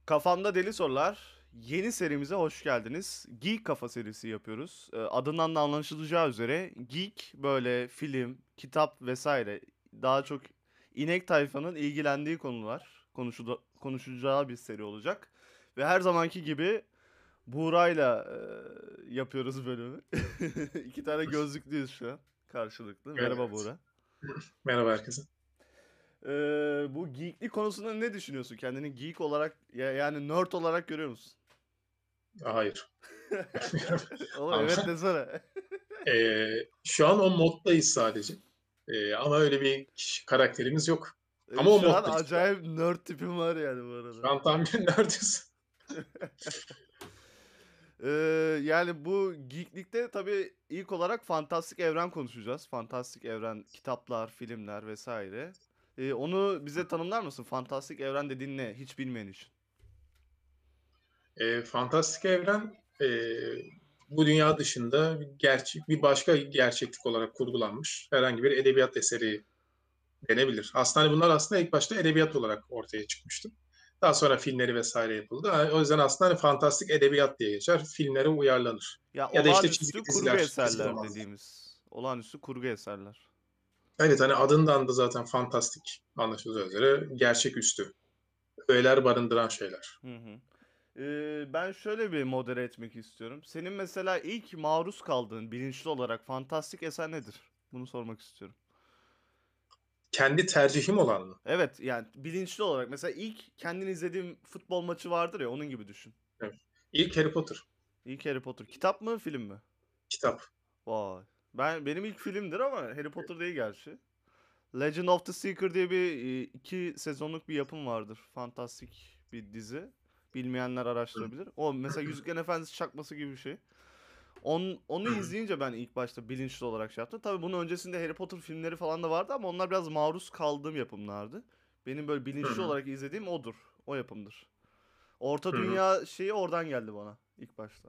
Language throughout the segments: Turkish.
Kafamda Deli Sorular yeni serimize hoş geldiniz. Geek Kafa serisi yapıyoruz. Adından da anlaşılacağı üzere geek böyle film, kitap vesaire daha çok inek tayfanın ilgilendiği konular konuşulacağı bir seri olacak. Ve her zamanki gibi Buğra'yla yapıyoruz bölümü. İki tane gözlüklüyüz şu an karşılıklı. Merhaba Evet. Buğra. Merhaba herkese. Bu geeklik konusunda ne düşünüyorsun? Kendini geek olarak yani nerd olarak görüyor musun? Hayır. Oğlum Ama evet desene. şu an o moddayız sadece. Ama öyle bir karakterimiz yok. Ama o Şu an moddayız. acayip nerd tipim var yani bu Şu arada. an tam bir neredesin? Ee, Yani bu geeklikte tabii ilk olarak fantastik evren konuşacağız. Fantastik evren, kitaplar, filmler vesaire. Onu bize tanımlar mısın? Fantastik evren dediğin ne? Hiç bilmeyen için. Fantastik evren bu dünya dışında bir başka gerçeklik olarak kurgulanmış herhangi bir edebiyat eseri denebilir. Aslında hani bunlar aslında ilk başta edebiyat olarak ortaya çıkmıştı. Daha sonra filmleri vesaire yapıldı. O yüzden aslında hani fantastik edebiyat diye geçer. Filmlere uyarlanır. Ya Ya da işte çizgi olağanüstü kurgu diziler, çizgi eserler romanlar. dediğimiz. Olağanüstü kurgu eserler. Evet hani adından da zaten fantastik anlaşılacağı üzere gerçeküstü. Öğeler barındıran şeyler. Hı hı. Ben şöyle bir modere etmek istiyorum. Senin mesela ilk maruz kaldığın bilinçli olarak fantastik eser nedir? Bunu sormak istiyorum. Kendi tercihim olan mı? Evet yani bilinçli olarak mesela ilk kendin izlediğin futbol maçı vardır ya onun gibi düşün. Evet. İlk Harry Potter İlk Harry Potter. Kitap mı film mi? kitap. Vay. Benim ilk filmdir ama Harry Potter değil gerçi. Legend of the Seeker diye bir iki sezonluk bir yapım vardır. Fantastik bir dizi. Bilmeyenler araştırabilir. O mesela Yüzüklerin Efendisi çakması gibi bir şey. Onu izleyince ben ilk başta bilinçli olarak şey yaptım. Tabii bunun öncesinde Harry Potter filmleri falan da vardı ama onlar biraz maruz kaldığım yapımlardı. Benim böyle Hı bilinçli hı. olarak izlediğim odur. O yapımdır. Orta Hı hı. Dünya şeyi oradan geldi bana ilk başta.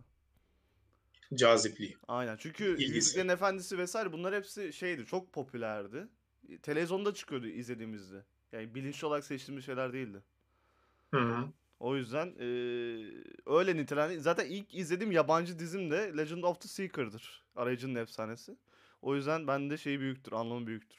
Cazipliği, Aynen. Çünkü ilgisi. Yüzüklerin Efendisi vesaire bunlar hepsi şeydi. Çok popülerdi. Televizyonda çıkıyordu izlediğimizde. Yani bilinçli olarak seçtiğimiz şeyler değildi. Hı hı. O yüzden öyle nitelendi. Zaten ilk izlediğim yabancı dizim de Legend of the Seeker'dır. Arayıcının efsanesi. O yüzden bende şey büyüktür, anlamı büyüktür.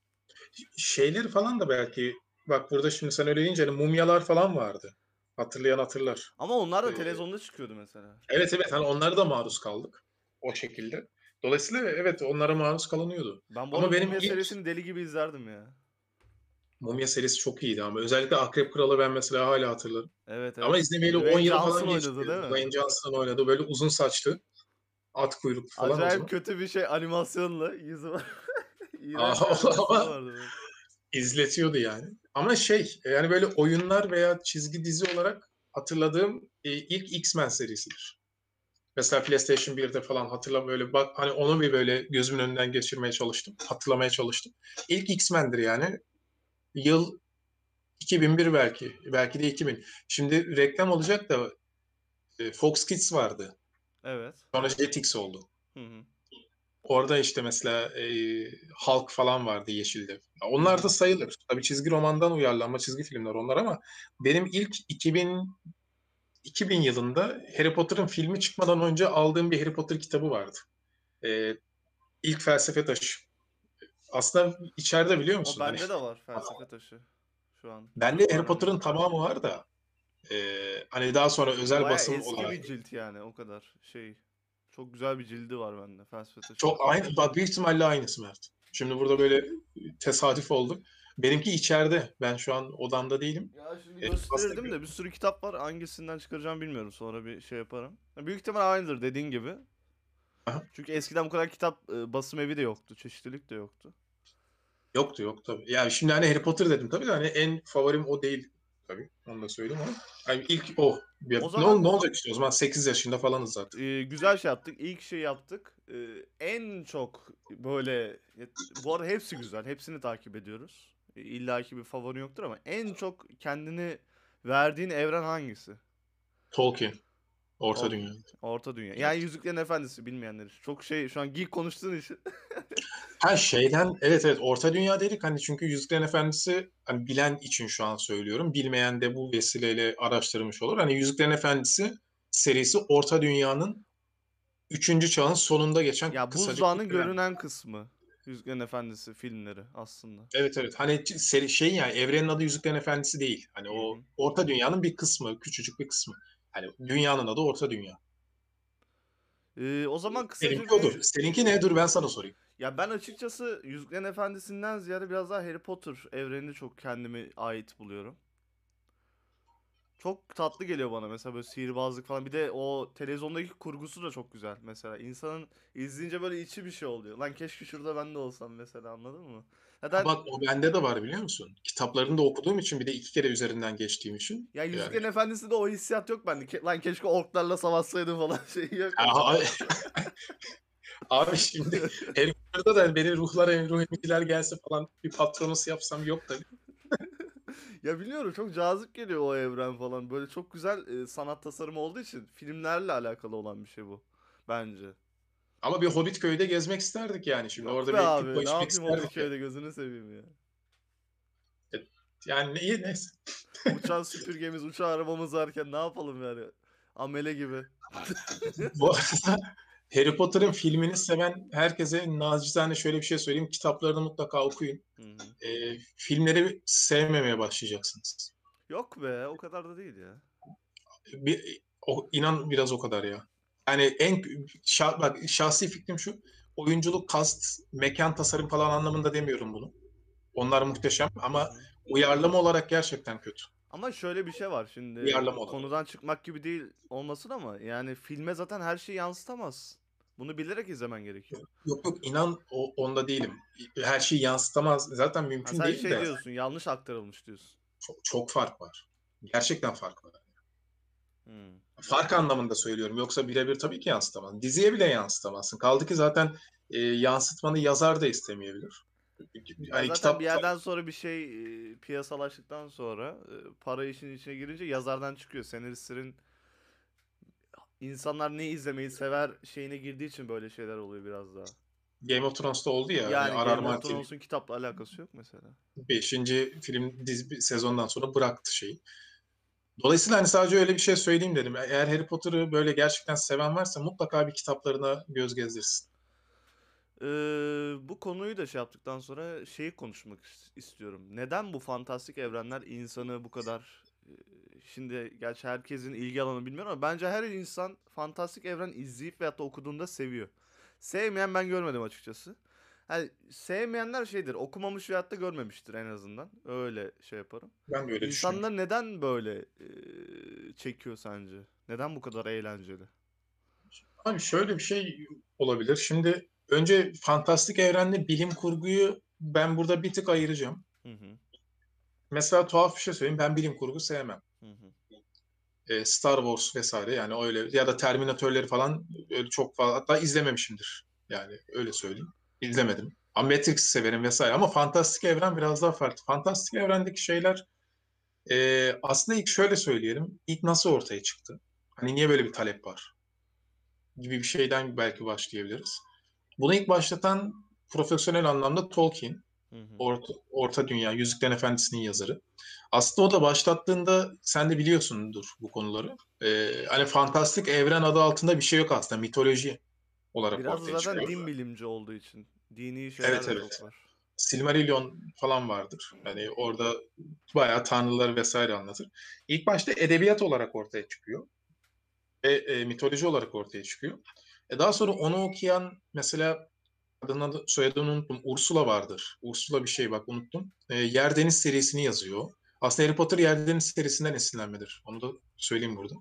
Şeyleri falan da belki bak burada şimdi sen öyle deyince hani mumyalar falan vardı. Hatırlayan hatırlar. Ama onlar Ee, da televizyonda çıkıyordu mesela. evet evet hani onlara da maruz kaldık o şekilde. Dolayısıyla evet onlara maruz kalınıyordu. Ben bu arada Ama benim Mumya ilk serisini deli gibi izlerdim ya. Mumya serisi çok iyiydi ama özellikle Akrep Kralı ben mesela hala hatırlarım. Evet Ama evet. izlemeyeli 10 Dwayne yılı Johnson falan geçti. oynadı değil mi? Dwayne Johnson oynadı. Böyle uzun saçlı, at kuyruklu falan o Acayip zaman. kötü bir şey animasyonla yüzü var. Aa, İğrenç bir animasyonu ama vardı böyle. izletiyordu yani. Ama şey yani böyle oyunlar veya çizgi dizi olarak hatırladığım ilk X-Men serisidir. Mesela PlayStation 1'de falan hatırlam böyle bak hani onu bir böyle gözümün önünden geçirmeye çalıştım. Hatırlamaya çalıştım. İlk X-Men'dir yani. Yıl 2001 belki. Belki de 2000. Şimdi reklam olacak da Fox Kids vardı. Evet. Sonra Jetix oldu. Hı hı. Orada işte mesela Hulk falan vardı Yeşil'de. Hı Onlar da hı. sayılır. Tabii çizgi romandan uyarlanma çizgi filmler onlar ama benim ilk 2000 yılında Harry Potter'ın filmi çıkmadan önce aldığım bir Harry Potter kitabı vardı. E, İlk Felsefe Taşı. Aslında içeride biliyor O musun? Hani bende de var felsefe taşı şu an bende Harry kütüphanemde. Potter'ın tamamı var da hani daha sonra özel Baya basım eski olarak bir cilt yani o kadar şey. Çok güzel bir cildi var bende felsefe taşının. çok aynı, bak büyük ihtimalle aynısı Mert. Şimdi burada böyle tesadüf oldu. Benimki içeride. Ben şu an odamda değilim. Ya şimdi Aslında gösterirdim de bir sürü kitap var. Hangisinden çıkaracağım bilmiyorum. Sonra bir şey yaparım. Büyük ihtimal aynıdır dediğin gibi. aha, Çünkü eskiden bu kadar kitap basım evi de yoktu. Çeşitlilik de yoktu. yoktu yok tabii. Yani şimdi hani Harry Potter dedim tabii de hani en favorim o değil tabii. Onu da söyleyeyim ama. Hani ilk o. O Ne zaman olacak işte o zaman 8 yaşında falanız zaten. güzel şey yaptık. İlk şey yaptık. En çok böyle bu arada hepsi güzel. Hepsini takip ediyoruz. İlla ki bir favori yoktur ama en çok kendini verdiğin evren hangisi? Tolkien. Orta Dünya. Orta Dünya. Yani Evet. Yüzüklerin Efendisi bilmeyenler için. Çok şey şu an geek konuştuğun için. Ha şeyden evet evet Orta Dünya dedik hani çünkü Yüzüklerin Efendisi hani bilen için şu an söylüyorum. Bilmeyen de bu vesileyle araştırmış olur. Hani Yüzüklerin Efendisi serisi Orta Dünya'nın üçüncü çağın sonunda geçen Ya kısacık bir buzdağının dönem. görünen kısmı. Yüzüklerin Efendisi filmleri aslında. Evet evet hani seri şey yani evrenin adı Yüzüklerin Efendisi değil. Hani Hı o hı. Orta Dünya'nın bir kısmı, küçücük bir kısmı. Hani dünyanın adı Orta Dünya. O zaman kısaca Benimki odur. bir Seninki ne? Dur ben sana sorayım. ya ben açıkçası Yüzüklerin Efendisi'nden ziyade biraz daha Harry Potter evrenini çok kendime ait buluyorum. Çok tatlı geliyor bana mesela böyle sihirbazlık falan. Bir de o televizyondaki kurgusu da çok güzel mesela. İnsanın izleyince böyle içi bir şey oluyor. Lan keşke şurada ben de olsam mesela, anladın mı? Ha Zaten bak o bende de var biliyor musun? Kitaplarını da okuduğum için bir de iki kere üzerinden geçtiğim için. ya Yani Yüzüklerin Efendisi'nde o hissiyat yok bende. Lan keşke orklarla savaşsaydım falan şey yok Aha, mesela. abi şimdi Harry Potter'da da beni ruh emiciler gelse falan bir patronusu yapsam yok tabii. Ya biliyorum, çok cazip geliyor o evren falan. Böyle çok güzel sanat tasarımı olduğu için filmlerle alakalı olan bir şey bu bence. Ama bir Hobbit köyde gezmek isterdik yani şimdi. Yok Orada be bir abi, pipo ne içmek yapayım Hobbit isterdik ya. köyde, gözünü seveyim ya. Yani iyi neyse. Uçan süpürgemiz, uçan arabamız varken ne yapalım yani? Amele gibi. Bu arada Harry Potter'ın filmini seven herkese nacizane şöyle bir şey söyleyeyim. Kitaplarını mutlaka okuyun. Hı hı. Filmleri sevmemeye başlayacaksınız. Yok be, o kadar da değil ya. İnan biraz o kadar ya. Yani bak şahsi fikrim şu. Oyunculuk, kast, mekan tasarım falan anlamında demiyorum bunu. Onlar muhteşem Hı ama hı. uyarlama olarak gerçekten kötü. Ama şöyle bir şey var şimdi, Uyarlama olarak. konudan çıkmak gibi değil olmasın ama yani filme zaten her şeyi yansıtamaz. Bunu bilerek izlemen gerekiyor. Yok yok inan onda değilim. Her şeyi yansıtamaz. Zaten Ha, mümkün sen değil şey de diyorsun, yanlış aktarılmış diyorsun. çok fark var. Gerçekten fark var. Hmm. Fark anlamında söylüyorum. Yoksa birebir tabii ki yansıtamaz. Diziye bile yansıtamazsın. Kaldı ki zaten yansıtmanı yazar da istemeyebilir. Ya Hani zaten bir kitap yerden sonra bir şey piyasalaştıktan sonra para işin içine girince yazardan çıkıyor. Senaristlerin insanlar ne izlemeyi sever şeyine girdiği için böyle şeyler oluyor biraz daha. Game of Thrones'ta oldu ya hani Yani R. R. Game of Martin Thrones'un kitapla alakası yok mesela. beşinci film sezondan sonra bıraktı şeyi. Dolayısıyla hani sadece öyle bir şey söyleyeyim dedim. Eğer Harry Potter'ı böyle gerçekten seven varsa mutlaka bir kitaplarına göz gezdirsin. Ee, Bu konuyu da şey yaptıktan sonra şeyi konuşmak istiyorum. Neden bu fantastik evrenler insanı bu kadar şimdi gerçi herkesin ilgi alanı bilmiyorum ama bence her insan fantastik evren izleyip veyahut da okuduğunda seviyor. Sevmeyen ben görmedim açıkçası. Yani sevmeyenler şeydir, okumamış veyahut da görmemiştir en azından. Öyle şey yaparım. Ben de öyle düşünüyorum. İnsanlar neden böyle çekiyor sence? Neden bu kadar eğlenceli? Abi şöyle bir şey olabilir. Şimdi önce fantastik evrenle bilim kurguyu ben burada bir tık ayıracağım. Hı hı. Mesela tuhaf bir şey söyleyeyim. Ben bilim kurgu sevmem. Hı hı. Star Wars vesaire yani öyle ya da Terminatörleri falan öyle çok fazla hatta izlememişimdir. Yani öyle söyleyeyim. İzlemedim. Ama Matrix severim vesaire ama fantastik evren biraz daha farklı. Fantastik evrendeki şeyler aslında ilk şöyle söyleyelim. İlk nasıl ortaya çıktı? Hani niye böyle bir talep var? Gibi bir şeyden belki başlayabiliriz. Bunu ilk başlatan profesyonel anlamda Tolkien. Hı hı. Orta Dünya, Yüzüklerin Efendisi'nin yazarı. Aslında o da başlattığında sen de biliyorsundur bu konuları. Hani fantastik evren adı altında bir şey yok aslında. Mitoloji olarak Biraz da ortaya zaten çıkıyor. din bilimci olduğu için. Dini şeyler Evet de çok evet. var. Silmarillion falan vardır. Hani orada bayağı tanrıları vesaire anlatır. İlk başta edebiyat olarak ortaya çıkıyor. Ve mitoloji olarak ortaya çıkıyor. Daha sonra onu okuyan mesela soyadını unuttum. Ursula vardır. Ursula bir şey bak unuttum. Yer Deniz serisini yazıyor. Aslında Harry Potter Yer Deniz serisinden esinlenmedir. Onu da söyleyeyim burada.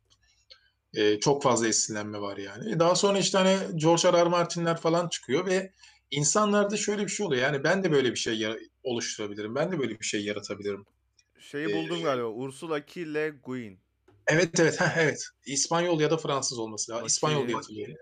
Çok fazla esinlenme var yani. Daha sonra işte hani George R. R. Martin'ler falan çıkıyor ve insanlarda şöyle bir şey oluyor. Yani ben de böyle bir şey oluşturabilirim. Ben de böyle bir şey yaratabilirim. Şeyi E, buldum galiba. Ursula K. Le Guin. evet evet evet. İspanyol ya da Fransız olması lazım. İspanyol diye Bakayım. hatırlıyorum.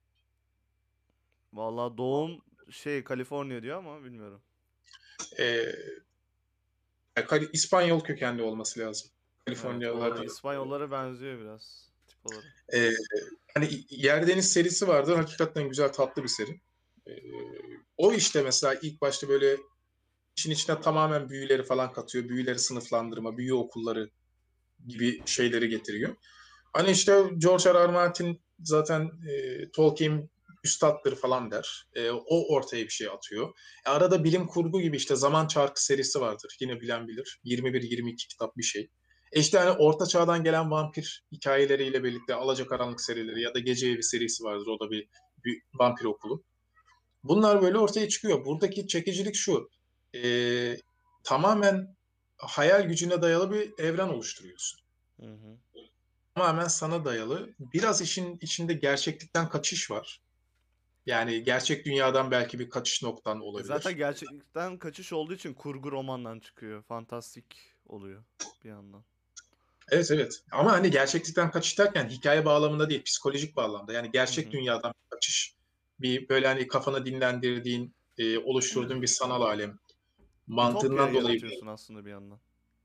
Vallahi doğum şey Kaliforniya diyor ama bilmiyorum. E, İspanyol kökenli olması lazım. Evet, Kaliforniyalılar olabilir. da İspanyollara benziyor biraz. Doğru. Eee, Hani Yer Deniz serisi vardı. Hakikaten güzel, tatlı bir seri. Eee, O işte mesela ilk başta böyle işin içine tamamen büyüleri falan katıyor. Büyüleri sınıflandırma, büyü okulları gibi şeyleri getiriyor. Hani işte George R. R. Martin zaten Tolkien üstattır falan der. O ortaya bir şey atıyor. Arada bilim kurgu gibi işte Zaman Çarkı serisi vardır. Yine bilen bilir. 21-22 kitap bir şey. İşte hani Orta Çağ'dan gelen vampir hikayeleriyle birlikte Alacakaranlık serileri ya da Gece Evi serisi vardır. O da bir vampir okulu. Bunlar böyle ortaya çıkıyor. Buradaki çekicilik şu. E, Tamamen hayal gücüne dayalı bir evren oluşturuyorsun. Hı hı. Tamamen sana dayalı. Biraz işin içinde gerçeklikten kaçış var. Yani gerçek dünyadan belki bir kaçış noktan Zaten olabilir. gerçeklikten kaçış olduğu için kurgu romandan çıkıyor. Fantastik oluyor bir yandan. Evet, evet. Ama hani gerçeklikten kaçış derken hikaye bağlamında değil, psikolojik bağlamda. Yani Hı gerçek hı. dünyadan bir kaçış. Bir böyle hani kafana dinlendirdiğin, oluşturduğun bir sanal alem. Ütopya Mantığından dolayı bir yaratıyorsun aslında bir yandan.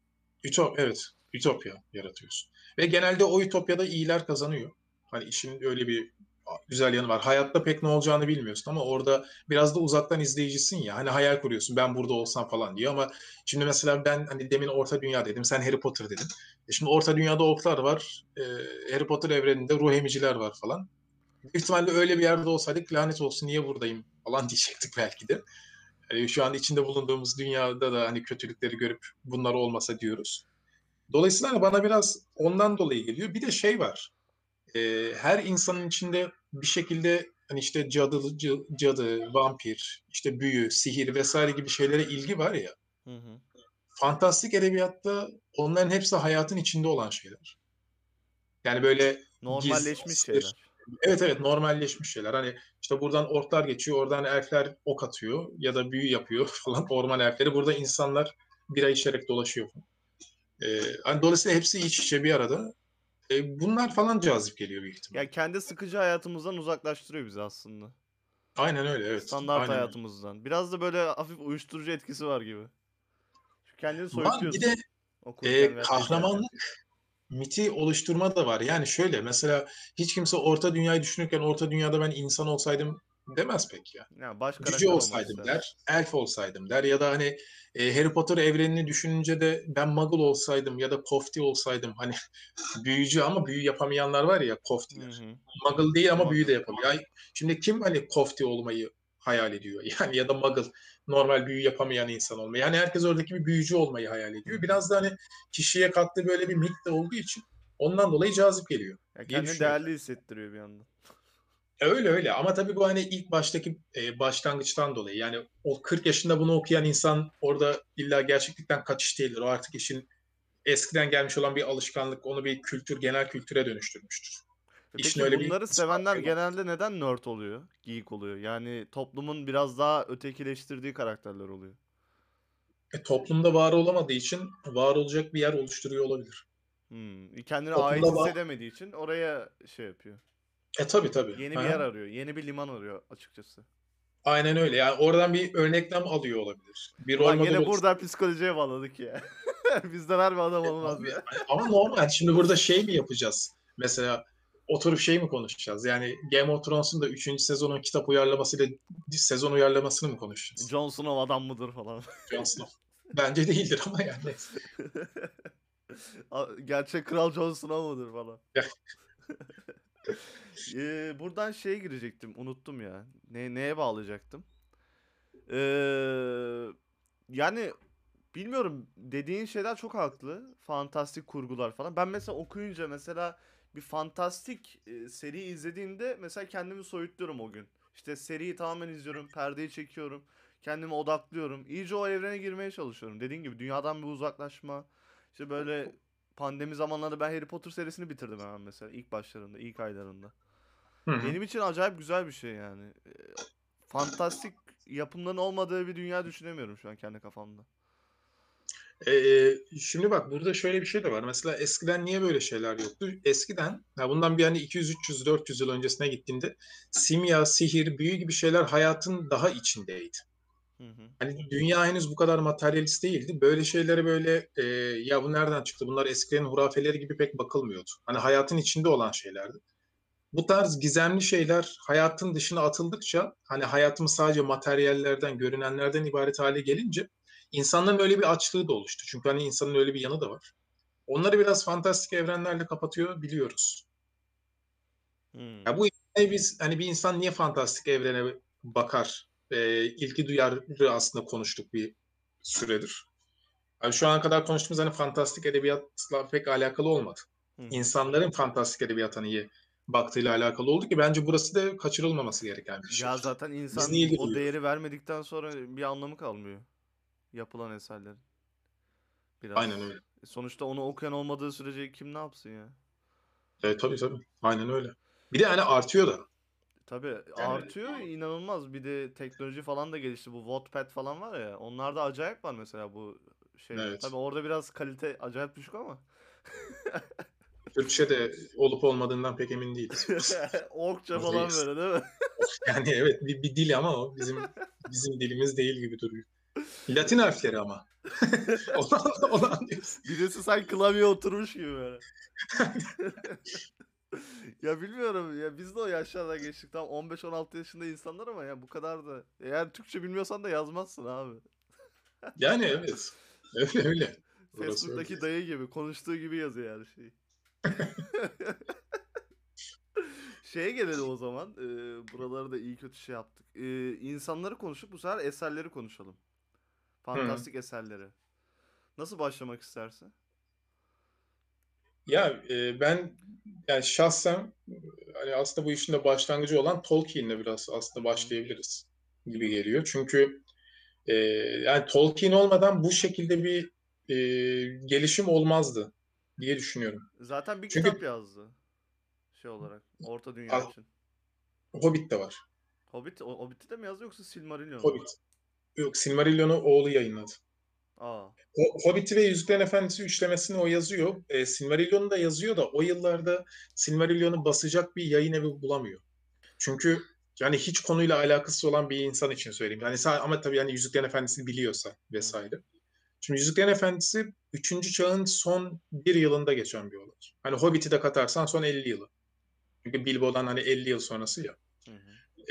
evet, ütopya yaratıyorsun. Ve genelde o ütopyada iyiler kazanıyor. Hani işin öyle bir güzel yanı var. Hayatta pek ne olacağını bilmiyorsun ama orada biraz da uzaktan izleyicisin ya. Hani hayal kuruyorsun ben burada olsam falan diyor ama şimdi mesela ben hani demin Orta Dünya dedim, sen Harry Potter dedin. Şimdi Orta Dünya'da orklar var. Harry Potter evreninde ruh emiciler var falan. Büyük ihtimalle öyle bir yerde olsaydık lanet olsun niye buradayım falan diyecektik belki de. Şu an içinde bulunduğumuz dünyada da hani kötülükleri görüp bunlar olmasa diyoruz. Dolayısıyla hani bana biraz ondan dolayı geliyor. Bir de şey var. Her insanın içinde bir şekilde hani işte cadı, vampir, işte büyü, sihir vesaire gibi şeylere ilgi var ya. Hı hı. Fantastik edebiyatta onların hepsi hayatın içinde olan şeyler. Yani böyle gizli, Normalleşmiş sır. şeyler. Evet, evet, normalleşmiş şeyler. Hani işte buradan orklar geçiyor, oradan elfler ok atıyor ya da büyü yapıyor falan orman elfleri. Burada insanlar bira içerek dolaşıyor. Hani dolayısıyla hepsi iç içe bir arada. Bunlar falan cazip geliyor büyük ihtimal. Ya kendi sıkıcı hayatımızdan uzaklaştırıyor bizi aslında. Aynen öyle, evet. Standart Aynen öyle. hayatımızdan. Biraz da böyle hafif uyuşturucu etkisi var gibi. Çünkü kendini Var bir de soyutluyorsun okurken veyahut da izlerken. kahramanlık miti oluşturma da var. Yani şöyle mesela hiç kimse Orta Dünyayı düşünürken Orta Dünyada ben insan olsaydım demez pek ya. Yani baş Cüce karakter olmak olsaydım ister. der, elf olsaydım der ya da hani Harry Potter evrenini düşününce de ben Muggle olsaydım ya da Kofti olsaydım hani büyücü ama büyü yapamayanlar var ya Hı Koftiler. hı. Muggle değil ama büyü de Muggle. yapamıyor. Yani şimdi kim hani Kofti olmayı hayal ediyor? Yani ya da Muggle normal büyü yapamayan insan olmayı. Yani herkes oradaki bir büyücü olmayı hayal Hı ediyor. hı. Biraz da hani kişiye kattığı böyle bir mit de olduğu için ondan dolayı cazip geliyor Ya diye kendini düşünüyorum. değerli hissettiriyor bir yandan. Öyle öyle ama tabii bu hani ilk baştaki başlangıçtan dolayı yani o 40 yaşında bunu okuyan insan orada illa gerçeklikten kaçış değildir. O artık işin eskiden gelmiş olan bir alışkanlık onu bir kültür, genel kültüre dönüştürmüştür. İşin Peki öyle bir bunları sevenler ispatı var. genelde neden nerd oluyor? Geek oluyor. Yani toplumun biraz daha ötekileştirdiği karakterler oluyor. Toplumda var olamadığı için var olacak bir yer oluşturuyor olabilir. Kendine ait Toplumda var. hissedemediği için oraya şey yapıyor. Tabii tabii. Yeni bir yer Aha. arıyor. Yeni bir liman arıyor açıkçası. Aynen öyle. Yani oradan bir örneklem alıyor olabilir. Bir rol Ulan model gene burada oluşturuyor. psikolojiye bağladık ya. Bizden her bir adam olmaz Abi, ya. ama normal. Şimdi burada şey mi yapacağız? Mesela oturup şey mi konuşacağız? Yani Game of Thrones'un da 3. sezonun kitap uyarlamasıyla sezon uyarlamasını mı konuşacağız? Jon Snow adam mıdır falan. Jon Snow. Bence değildir ama yani neyse. Gerçek kral Jon Snow mudur falan. Ya, Buradan şeye girecektim. Unuttum ya. Neye bağlayacaktım? Ee, Yani bilmiyorum, dediğin şeyler çok haklı. Fantastik kurgular falan. Ben mesela okuyunca mesela bir fantastik seri izlediğimde mesela kendimi soyutluyorum o gün. İşte seriyi tamamen izliyorum, perdeyi çekiyorum, kendimi odaklıyorum. İyice o evrene girmeye çalışıyorum. Dediğin gibi dünyadan bir uzaklaşma. İşte böyle pandemi zamanlarında ben Harry Potter serisini bitirdim hemen mesela ilk başlarında, ilk aylarında. hı hı. Benim için acayip güzel bir şey yani. Fantastik yapımların olmadığı bir dünya düşünemiyorum şu an kendi kafamda. Şimdi bak burada şöyle bir şey de var. Mesela eskiden niye böyle şeyler yoktu? Eskiden ya bundan bir hani 200, 300, 400 yıl öncesine gittiğinde simya, sihir, büyü gibi şeyler hayatın daha içindeydi. Hı hı. Hani dünya henüz bu kadar materyalist değildi. Böyle şeylere böyle ya bu nereden çıktı? Bunlar eskilerin hurafeleri gibi pek bakılmıyordu. Hani hayatın içinde olan şeylerdi. Bu tarz gizemli şeyler hayatın dışına atıldıkça hani hayatımız sadece materyallerden, görünenlerden ibaret hale gelince insanların öyle bir açlığı da oluştu. Çünkü hani insanın öyle bir yanı da var. Onları biraz fantastik evrenlerle kapatıyor biliyoruz. Ya Hmm. bu biz hani bir insan niye fantastik evrene bakar, ilgi duyar aslında konuştuk bir süredir. Yani şu ana kadar konuştuğumuz hani fantastik edebiyatla pek alakalı olmadı. Hı hı. İnsanların fantastik edebiyata niye baktığıyla alakalı oldu ki bence burası da kaçırılmaması gereken bir şey. Ya zaten Biz niye insan ilgi o duyuyoruz? değeri vermedikten sonra bir anlamı kalmıyor yapılan eserlerin. Aynen Biraz. öyle. Sonuçta onu okuyan olmadığı sürece kim ne yapsın ya? Tabii tabii. Aynen öyle. Bir de hani artıyor da. Tabii Yani artıyor inanılmaz. Bir de teknoloji falan da gelişti. Bu Wattpad falan var ya. Onlarda acayip var mesela bu şeyler. evet. Tabii orada biraz kalite acayip düşük ama. Türkçe'de olup olmadığından pek emin değiliz. Orkça Orada falan böyle değil mi? yani evet bir dil ama o bizim dilimiz değil gibi duruyor. Latin harfleri ama. Onu anlıyoruz. Birisi sanki klavyeye oturmuş gibi böyle. Ya bilmiyorum ya biz de o yaşlardan geçtik tam 15-16 yaşında insanlar ama ya bu kadar da eğer Türkçe bilmiyorsan da yazmazsın abi. Yani evet. Öyle öyle. Burası öyle. Facebook'taki dayı gibi konuştuğu gibi yazıyor her şeyi. Şeye gelelim o zaman. Buraları da iyi kötü şey yaptık. İnsanları konuşup bu sefer eserleri konuşalım. Hı. Fantastik eserleri. Nasıl başlamak istersin? Ya ben yani şahsen hani aslında bu işin de başlangıcı olan Tolkien'le biraz aslında Hı hı. başlayabiliriz gibi geliyor. Çünkü yani Tolkien olmadan bu şekilde bir gelişim olmazdı diye düşünüyorum. Zaten bir Çünkü kitap yazdı şey olarak Orta Dünya için. Hobbit de var. Hobbit'i de mi yazdı yoksa Silmarillion mu? Hobbit. Yok, Silmarillion'u oğlu yayınladı. Aa. Hobbit'i ve Yüzüklerin Efendisi üçlemesini o yazıyor. Silmarillion'u da yazıyor da o yıllarda Silmarillion'u basacak bir yayın evi bulamıyor. Çünkü yani hiç konuyla alakası olan bir insan için söyleyeyim. Yani ama tabii yani Yüzüklerin Efendisi'ni biliyorsa Hı hı. vesaire. Şimdi Yüzüklerin Efendisi üçüncü çağın son bir yılında geçen bir olay. Hani Hobbit'i de katarsan son 50 yılı. Çünkü Bilbo'dan hani 50 yıl sonrası ya. Hı hı. Ee,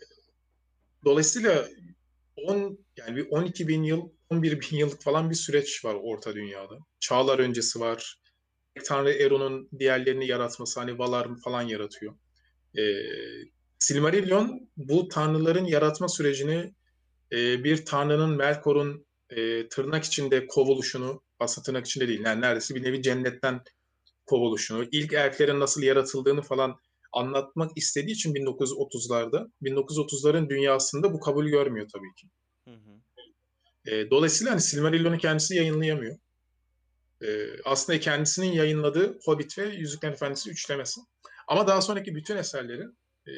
Dolayısıyla 10 yani bir 12 bin yıl, 11 bin yıllık falan bir süreç var Orta Dünya'da. Çağlar öncesi var. Tanrı Eron'un diğerlerini yaratması hani Valar falan yaratıyor. Ee, Silmarillion bu tanrıların yaratma sürecini bir tanrının Melkor'un tırnak içinde kovuluşunu, aslında tırnak içinde değil, yani neredeyse bir nevi cennetten kovuluşunu, ilk elflerin nasıl yaratıldığını falan anlatmak istediği için 1930'larda, 1930'ların dünyasında bu kabul görmüyor tabii ki. Hı hı. Dolayısıyla hani Silmarillion'u kendisi yayınlayamıyor. Aslında kendisinin yayınladığı Hobbit ve Yüzüklerin Efendisi üçlemesi. Ama daha sonraki bütün eserleri e,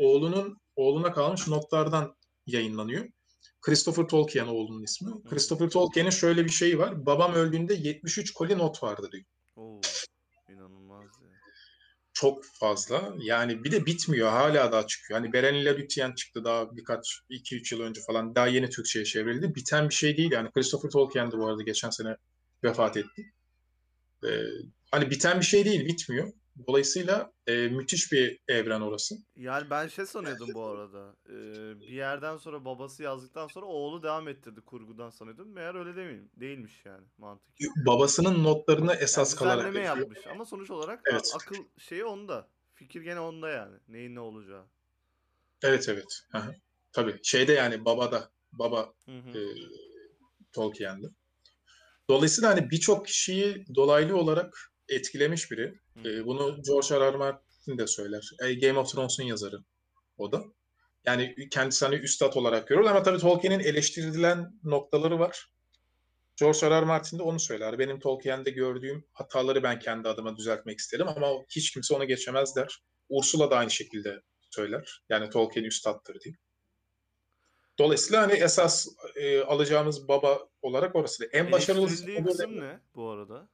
oğluna kalmış notlardan yayınlanıyor. Christopher Tolkien oğlunun ismi. Hı hı. Christopher Tolkien'in şöyle bir şeyi var. Babam öldüğünde 73 koli not vardı diyor. Oo. İnanılmaz ya. Çok fazla. Yani bir de bitmiyor. Hala daha çıkıyor. Hani Beren ile Lütyen çıktı daha birkaç 2-3 yıl önce falan. Daha yeni Türkçe'ye çevrildi. Biten bir şey değil yani. Christopher Tolkien de bu arada geçen sene vefat etti. Ee, Hani biten bir şey değil, bitmiyor. Dolayısıyla müthiş bir evren orası. Yani ben şey sanıyordum bu arada. Bir yerden sonra babası yazdıktan sonra oğlu devam ettirdi kurgudan sanıyordum. Meğer öyle değil, değilmiş yani mantıken. Babasının notlarını Yani esas kalarak düzenleme yapıyor. yapmış ama sonuç olarak Evet, akıl şeyi onda. Fikir gene onda yani. Neyin ne olacağı. evet, evet. Aha. Tabii şeyde yani baba Hı e, hı. Tolkien'de. Dolayısıyla hani birçok kişiyi dolaylı olarak etkilemiş biri. Hı hı. Bunu George R. R. Martin de söyler. Game of Thrones'un yazarı o da. Yani kendisi hani üstad olarak görüyor ama tabii Tolkien'in eleştirilen noktaları var. George R. R. Martin de onu söyler. Benim Tolkien'de gördüğüm hataları ben kendi adıma düzeltmek isterim ama hiç kimse ona geçemez der. Ursula da aynı şekilde söyler. Yani Tolkien üstattır diye. Dolayısıyla hani esas alacağımız baba olarak orası. En başarılısı Eleştirildiği olur kısım demiyorum. ne bu arada?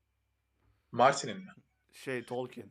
Martin'in mi? Şey Tolkien'in.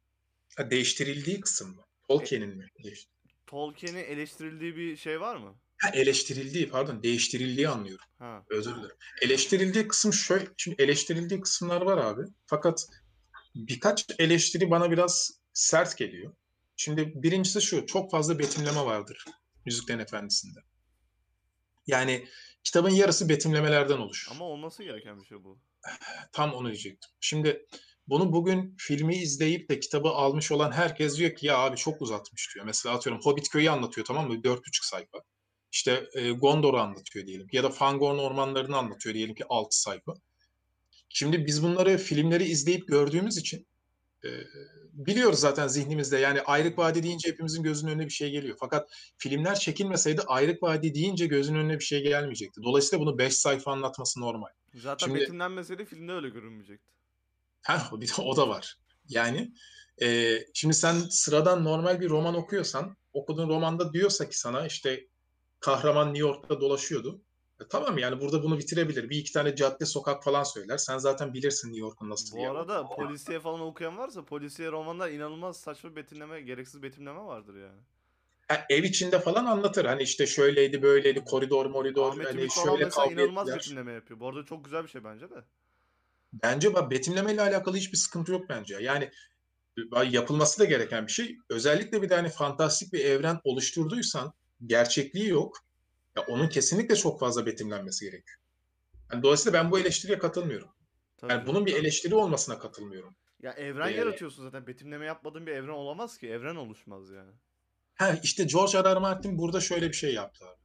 Ha, değiştirildiği kısım mı? E, Tolkien'in mi? Tolkien'in eleştirildiği bir şey var mı? Ha, eleştirildiği, pardon, değiştirildiği anlıyorum. Ha. Özür dilerim. Eleştirildiği kısım şöyle, şimdi eleştirildiği kısımlar var abi. Fakat birkaç eleştiri bana biraz sert geliyor. Şimdi birincisi şu, çok fazla betimleme vardır Yüzüklerin Efendisi'nde. Yani kitabın yarısı betimlemelerden oluşur. Ama olması gereken bir şey bu. Tam onu diyecektim. Şimdi bunu bugün filmi izleyip de kitabı almış olan herkes diyor ki ya abi çok uzatmış diyor. Mesela atıyorum Hobbit köyü anlatıyor, tamam mı? 4,5 sayfa. İşte Gondor'u anlatıyor diyelim. Ya da Fangorn ormanlarını anlatıyor diyelim ki 6 sayfa. Şimdi biz bunları filmleri izleyip gördüğümüz için e, biliyoruz zaten zihnimizde. Yani Hı Ayrık hı. Vadi deyince hepimizin gözünün önüne bir şey geliyor. Fakat filmler çekilmeseydi Ayrık Vadi deyince gözünün önüne bir şey gelmeyecekti. Dolayısıyla bunu 5 sayfa anlatması normal. Zaten Şimdi betimlenmeseydi filmde öyle görünmeyecekti. bir de o da var. Yani şimdi sen sıradan normal bir roman okuyorsan, okuduğun romanda diyorsa ki sana işte kahraman New York'ta dolaşıyordu. Tamam, yani burada bunu bitirebilir. Bir iki tane cadde, sokak falan söyler. Sen zaten bilirsin New York'un nasıl bir Bu yer olduğunu. arada polisiye falan okuyan varsa polisiye romanlar inanılmaz saçma betimleme, gereksiz betimleme vardır yani. Ha, ev içinde falan anlatır. Hani işte şöyleydi, Hı böyleydi, hı. koridor, moridor, Ahmet hani Ümit falan şöyle mesela kavga inanılmaz ettiler. betimleme yapıyor. Bu arada çok güzel bir şey bence de. Bence bak, betimlemeyle alakalı hiçbir sıkıntı yok bence. Yani yapılması da gereken bir şey. Özellikle bir de hani fantastik bir evren oluşturduysan, gerçekliği yok. Ya onun kesinlikle çok fazla betimlenmesi gerekiyor. Yani dolayısıyla ben bu eleştiriye katılmıyorum. Tabii Yani bunun canım. bir eleştiri olmasına katılmıyorum. Ya evren Ee, yaratıyorsun zaten. Betimleme yapmadığın bir evren olamaz ki. Evren oluşmaz yani. işte George R. R. Martin burada şöyle bir şey yaptı abi.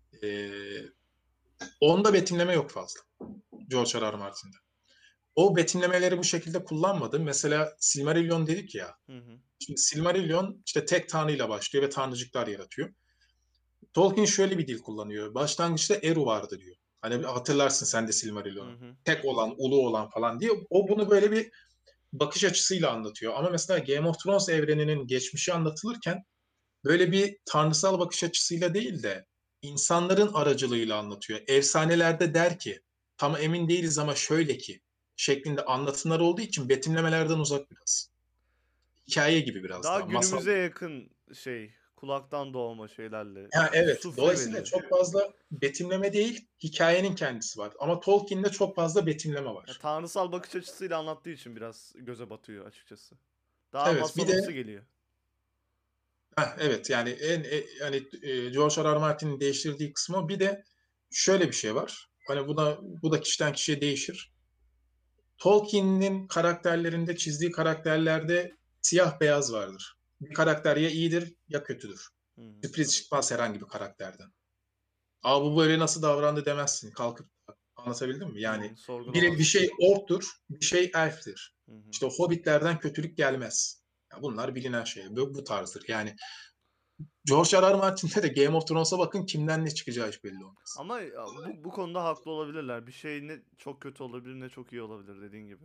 Onda betimleme yok fazla. George R. R. Martin'de. O betimlemeleri bu şekilde kullanmadı. Mesela Silmarillion dedik ya. Hı hı. Şimdi Silmarillion işte tek tanrıyla başlıyor ve tanrıcıklar yaratıyor. Tolkien şöyle bir dil kullanıyor. Başlangıçta Eru vardı diyor. Hani hatırlarsın sen de Hı Silmarillion'u. hı. Tek olan, ulu olan falan diye. O bunu böyle bir bakış açısıyla anlatıyor. Ama mesela Game of Thrones evreninin geçmişi anlatılırken böyle bir tanrısal bakış açısıyla değil de insanların aracılığıyla anlatıyor. Efsanelerde der ki, tam emin değiliz ama şöyle ki şeklinde anlatımlar olduğu için betimlemelerden uzak biraz. Hikaye gibi biraz Daha daha, masal. günümüze yakın şey. Kulaktan doğma şeylerle. Ha, evet. Sufle Dolayısıyla veriyor. çok fazla betimleme değil, hikayenin kendisi var. Ama Tolkien'de çok fazla betimleme Ya, var. tanrısal bakış açısıyla anlattığı için biraz göze batıyor açıkçası. Daha Evet, bir masalımsı de geliyor. evet, yani yani George R. R. Martin'in değiştirdiği kısmı o. Bir de şöyle bir şey var. Hani bu da kişiden kişiye değişir. Tolkien'in karakterlerinde, çizdiği karakterlerde siyah beyaz vardır. Bir karakter ya iyidir ya kötüdür. Hı hı. Sürpriz çıkmaz herhangi bir karakterden. Aa, bu böyle nasıl davrandı demezsin kalkıp da. Anlatabildim mi? Hı Yani hı. bir Sorgulamazsın. şey orktur, bir şey elftir. Hı hı. İşte o hobbitlerden kötülük gelmez. Ya bunlar bilinen şey. Bu tarzdır. Yani George R. R. Martin'de de Game of Thrones'a bakın, kimden ne çıkacağı hiç belli olmaz. Ama ya, bu konuda haklı olabilirler. Bir şey ne çok kötü olabilir ne çok iyi olabilir dediğin gibi.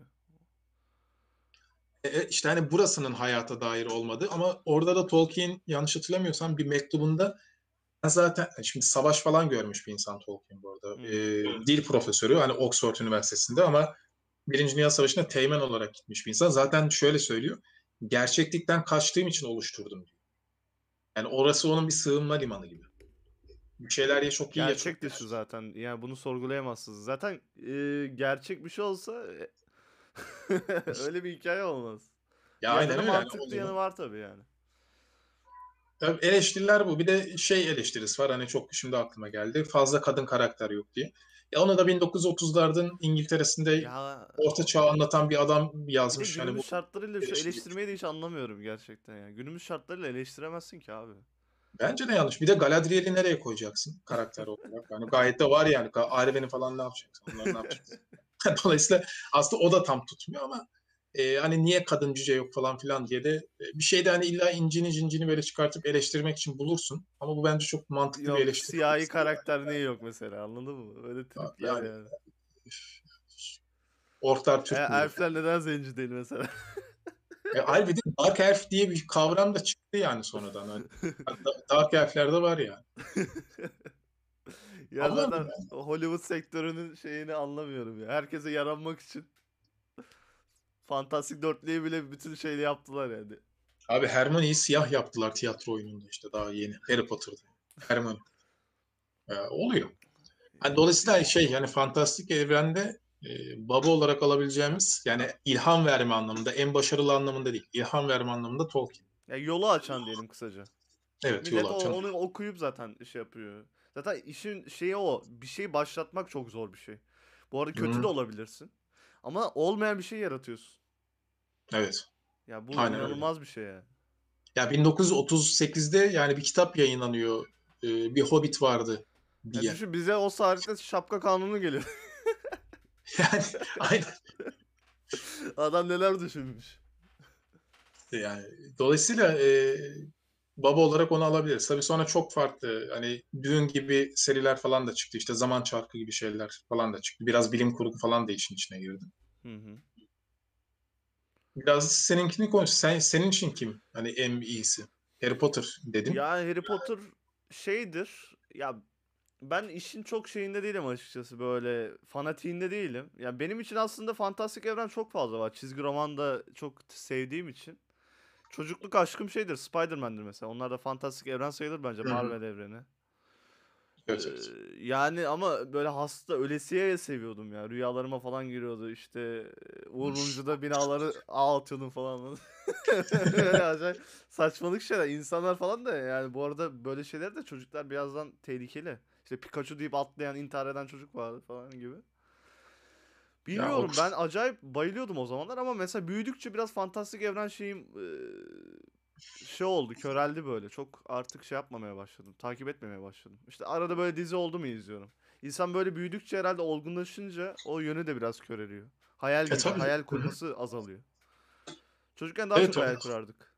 İşte hani burasının hayata dair olmadı ama orada da Tolkien, yanlış hatırlamıyorsam, bir mektubunda zaten şimdi savaş falan görmüş bir insan Tolkien bu arada. Hı hı. Dil profesörü hani Oxford Üniversitesi'nde ama Birinci Dünya Savaşı'na teğmen olarak gitmiş bir insan. Zaten şöyle söylüyor. Gerçeklikten kaçtığım için oluşturdum diyor. Yani orası onun bir sığınma limanı gibi. Bir şeyler ya çok iyi ya çok Gerçek dışı kötü. zaten. Yani bunu sorgulayamazsınız. Zaten gerçek bir şey olsa öyle bir hikaye olmaz. Ya Bir yerde aynen de öyle. Yani o mantıklı yanı zaman var tabii yani. tabii eleştiriler bu. Bir de şey eleştirisi var. Hani çok şimdi aklıma geldi. Fazla kadın karakter yok diye. Ya onu da 1930'ların İngiltere'sinde Ya Orta Çağ anlatan bir adam bir de yazmış. Hani günümüz bu şartlarıyla şu eleştiri. eleştirmeyi de hiç anlamıyorum gerçekten ya. Günümüz şartlarıyla eleştiremezsin ki abi. Bence de yanlış. Bir de Galadriel'i nereye koyacaksın karakter olarak? Yani gayet de var yani. Arwen'i falan ne yapacaksın? Onları ne yapacaksın? Dolayısıyla aslında o da tam tutmuyor ama hani niye kadın cüce yok falan filan diye de bir şeyde hani illa incini cincini böyle çıkartıp eleştirmek için bulursun. Ama bu bence çok mantıklı bir Yok, eleştiri siyahi olması. karakter niye yok mesela, anladın mı? Öyle tripler Yani yani. Orklar Türk müydü? Elfler neden zenci değil mesela? Halbuki Dark Elf diye bir kavram da çıktı yani sonradan. Hani, Dark Elf'ler de var yani. Ya zaten Anlamıyorum ben. Hollywood sektörünün şeyini anlamıyorum ya. Herkese yaranmak için Fantastik Dörtlüğü bile bütün şeyi yaptılar yani. Abi Hermione'yi siyah yaptılar tiyatro oyununda işte daha yeni. Harry Potter'da. Hermione. Oluyor. Hani dolayısıyla İlginç. şey yani fantastik evrende baba olarak alabileceğimiz yani ilham verme anlamında en başarılı anlamında değil. İlham verme anlamında Tolkien. Ya yolu açan diyelim kısaca. Evet Millet yolu açan. onu okuyup zaten şey yapıyor. Zaten işin şeyi o. Bir şeyi başlatmak çok zor bir şey. Bu arada kötü de Hı, olabilirsin. Ama olmayan bir şey yaratıyorsun. evet. Ya bu Aynen öyle. inanılmaz bir şey yani. Ya 1938'de yani bir kitap yayınlanıyor. Bir Hobbit vardı Ya diye. düşün bize o tarihte şapka kanunu geliyor. Yani aynen. Adam neler düşünmüş. Yani dolayısıyla baba olarak onu alabiliriz. Tabii sonra çok farklı hani Dune gibi seriler falan da çıktı. İşte Zaman Çarkı gibi şeyler falan da çıktı. Biraz bilim kurgu falan da işin içine girdi. Hı hı. Biraz seninkini konuş. Senin için kim? Hani en iyisi. Harry Potter dedim. Ya Harry Potter şeydir. Ya ben işin çok şeyinde değilim açıkçası böyle fanatiğinde değilim. Ya benim için aslında fantastik evren çok fazla var. Çizgi roman da çok sevdiğim için. Çocukluk aşkım şeydir, Spider-Man'dir mesela. Onlar da fantastik evren sayılır bence Hı hı. Marvel evreni. Ee, Evet, evet. Yani ama böyle hasta ölesiye seviyordum ya. Rüyalarıma falan giriyordu işte. Uğur Mumcu'da binaları ağ atıyordum falan. Böyle acayip saçmalık şeyler. İnsanlar falan da yani bu arada böyle şeyler de çocuklar birazdan tehlikeli. İşte Pikachu deyip atlayan, intihar eden çocuk vardı falan gibi. Ya o Bilmiyorum ben acayip bayılıyordum o zamanlar ama mesela büyüdükçe biraz fantastik evren şeyim şey oldu, köreldi böyle. Çok artık şey yapmamaya başladım. Takip etmemeye başladım. İşte arada böyle dizi oldu mu izliyorum. İnsan böyle büyüdükçe herhalde olgunlaşınca o yönü de biraz köreliyor. Hayal gücü, tabii. hayal Hı hı. kurması azalıyor. Çocukken daha çok Evet öyle. hayal kurardık.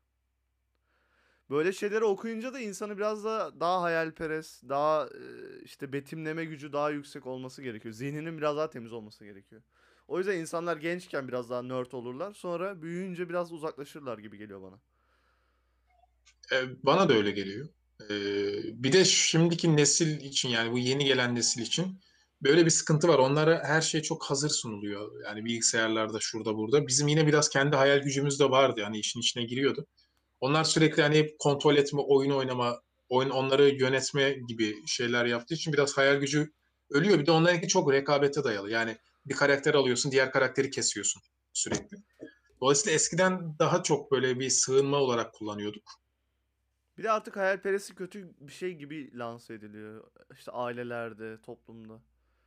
Böyle şeyleri okuyunca da insanı biraz da daha hayalperest, daha işte betimleme gücü daha yüksek olması gerekiyor. Zihninin biraz daha temiz olması gerekiyor. O yüzden insanlar gençken biraz daha nerd olurlar. Sonra büyüyünce biraz uzaklaşırlar gibi geliyor bana. Bana da öyle geliyor. Bir de şimdiki nesil için yani bu yeni gelen nesil için böyle bir sıkıntı var. Onlara her şey çok hazır sunuluyor. Yani bilgisayarlarda şurada burada. Bizim yine biraz kendi hayal gücümüz de vardı. Yani işin içine giriyordu. Onlar sürekli hani hep kontrol etme, oyun oynama, onları yönetme gibi şeyler yaptığı için biraz hayal gücü ölüyor. Bir de onlarınki çok rekabete dayalı. Yani bir karakter alıyorsun, diğer karakteri kesiyorsun sürekli. Dolayısıyla eskiden daha çok böyle bir sığınma olarak kullanıyorduk. Bir de artık hayalperestlik kötü bir şey gibi lanse ediliyor. İşte ailelerde, toplumda.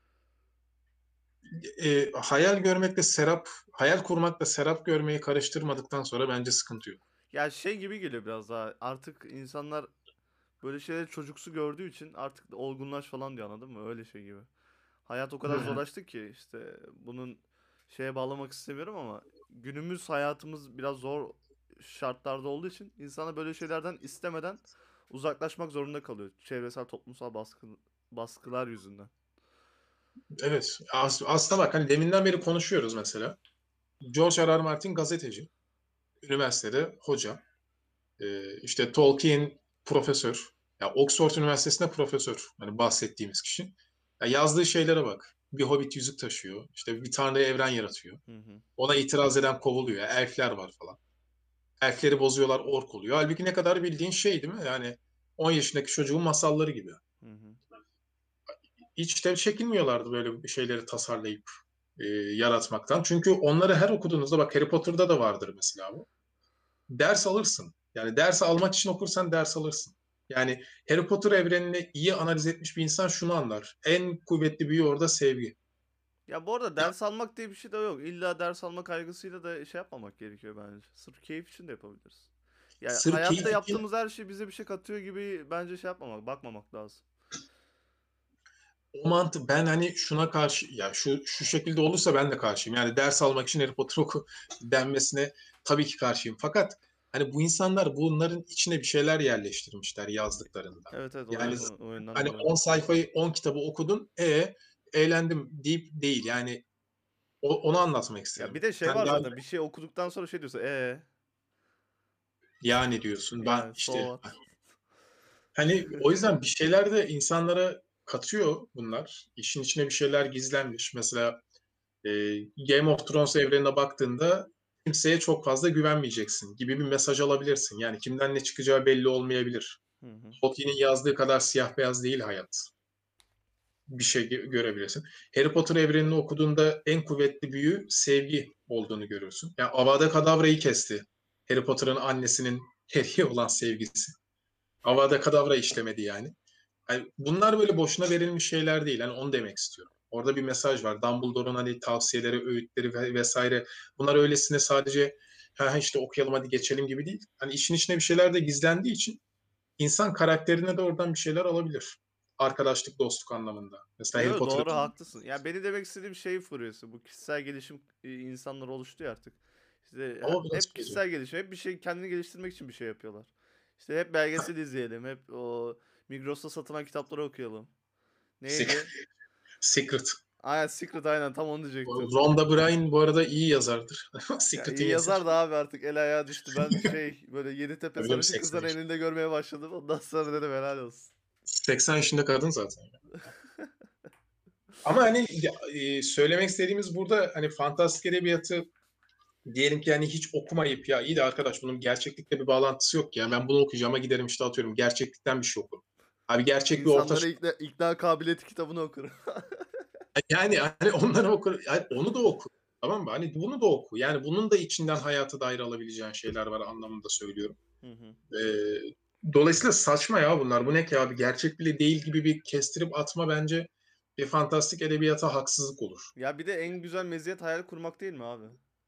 Hayal görmekle serap, hayal kurmakla serap görmeyi karıştırmadıktan sonra bence sıkıntı yok. Ya şey gibi geliyor biraz daha. Artık insanlar böyle şeyleri çocuksu gördüğü için artık olgunlaş falan diyor anladın mı? Öyle şey gibi. Hayat o Hı kadar hı. zorlaştı ki işte bunun şeye bağlamak istemiyorum ama günümüz hayatımız biraz zor şartlarda olduğu için insana böyle şeylerden istemeden uzaklaşmak zorunda kalıyor. Çevresel toplumsal baskılar yüzünden. Evet, aslında bak hani deminden beri konuşuyoruz mesela. George R. R. Martin gazeteci, üniversitede hoca. İşte Tolkien profesör. Ya Oxford Üniversitesi'nde profesör. Hani bahsettiğimiz kişi. Ya yazdığı şeylere bak. Bir hobbit yüzük taşıyor. İşte bir tanrı evren yaratıyor. Hı hı. Ona itiraz eden kovuluyor. Elfler var falan. Elfleri bozuyorlar, ork oluyor. Halbuki ne kadar bildiğin şey değil mi? Yani 10 yaşındaki çocuğun masalları gibi. Hı hı. Hiç de çekinmiyorlardı böyle bir şeyleri tasarlayıp yaratmaktan. Çünkü onları her okuduğunuzda bak Harry Potter'da da vardır mesela bu. Ders alırsın. Yani ders almak için okursan ders alırsın. Yani Harry Potter evrenini iyi analiz etmiş bir insan şunu anlar. En kuvvetli büyü orada sevgi. Ya bu arada Ya, ders almak diye bir şey de yok. İlla ders alma kaygısıyla da şey yapmamak gerekiyor bence. Sırf keyif için de yapabiliriz. Yani sırf hayatta keyif için yaptığımız her şey bize bir şey katıyor gibi bence şey yapmamak, bakmamak lazım. o mantı ben hani şuna karşı ya şu şekilde olursa ben de karşıyım. Yani ders almak için Harry Potter oku denmesine tabii ki karşıyım. Fakat hani bu insanlar bunların içine bir şeyler yerleştirmişler yazdıklarında. Evet evet Yani o yönden hani biliyorum. 10 sayfayı 10 kitabı okudun eğlendim deyip değil. Yani onu anlatmak Ya istedim. bir de şey Sen var daha zaten bir şey okuduktan sonra şey diyorsun yani diyorsun ben yani so işte what? hani o yüzden bir şeyler de insanlara katıyor bunlar. İşin içine bir şeyler gizlenmiş. Mesela e, Game of Thrones evrenine baktığında kimseye çok fazla güvenmeyeceksin gibi bir mesaj alabilirsin. Yani kimden ne çıkacağı belli olmayabilir. Hı hı. Tolkien'in yazdığı kadar siyah beyaz değil hayat. bir şey görebilirsin. Harry Potter evrenini okuduğunda en kuvvetli büyü sevgi olduğunu görüyorsun. Yani Avada Kedavra'yı kesti. Harry Potter'ın annesinin Harry'e olan sevgisi. Avada Kedavra işlemedi yani. Yani bunlar böyle boşuna verilmiş şeyler değil. Hani onu demek istiyorum. Orada bir mesaj var. Dumbledore'un hani tavsiyeleri, öğütleri vesaire. Bunlar öylesine sadece ha işte okuyalım hadi geçelim gibi değil. Hani işin içine bir şeyler de gizlendiği için insan karakterine de oradan bir şeyler alabilir. Arkadaşlık, dostluk anlamında. Mesela Harry Yo, Potter'ı doğru, haklısın. Ya beni demek istediğim şey furyası. Bu kişisel gelişim insanlar oluştu ya artık. İşte ama biraz hep şey. kişisel gelişim, hep bir şey kendini geliştirmek için bir şey yapıyorlar. İşte hep belgesel izleyelim, hep o Migros'ta satılan kitapları okuyalım. Neydi? Secret. Aynen, Secret, aynen tam onu diyecektim. Rhonda Byrne bu arada iyi yazardır. Ya Secret'in iyi yazar yazarı. da abi, artık el ayağa düştü. Ben böyle Yeditepe Biliyorum sarışın 80 kızları yaşında. elinde görmeye başladım. Ondan sonra dedim helal olsun. 80 yaşında kadın zaten. Ama hani söylemek istediğimiz burada hani fantastik edebiyatı diyelim ki hani hiç okumayıp ya iyi de arkadaş bunun gerçeklikle bir bağlantısı yok ya ben bunu okuyacağıma giderim işte atıyorum gerçeklikten bir şey okurum. Abi gerçek bir orta İnsanlara ikna kabiliyeti kitabını okurum. yani hani onları okur yani onu da oku. Tamam mı? Hani bunu da oku. Yani bunun da içinden hayata dair alabileceğin şeyler var anlamında söylüyorum. Hı hı. Dolayısıyla saçma ya bunlar. Bu ne ki abi? Gerçek bile değil gibi bir kestirip atma bence bir fantastik edebiyata haksızlık olur. Ya bir de en güzel meziyet hayal kurmak değil mi abi?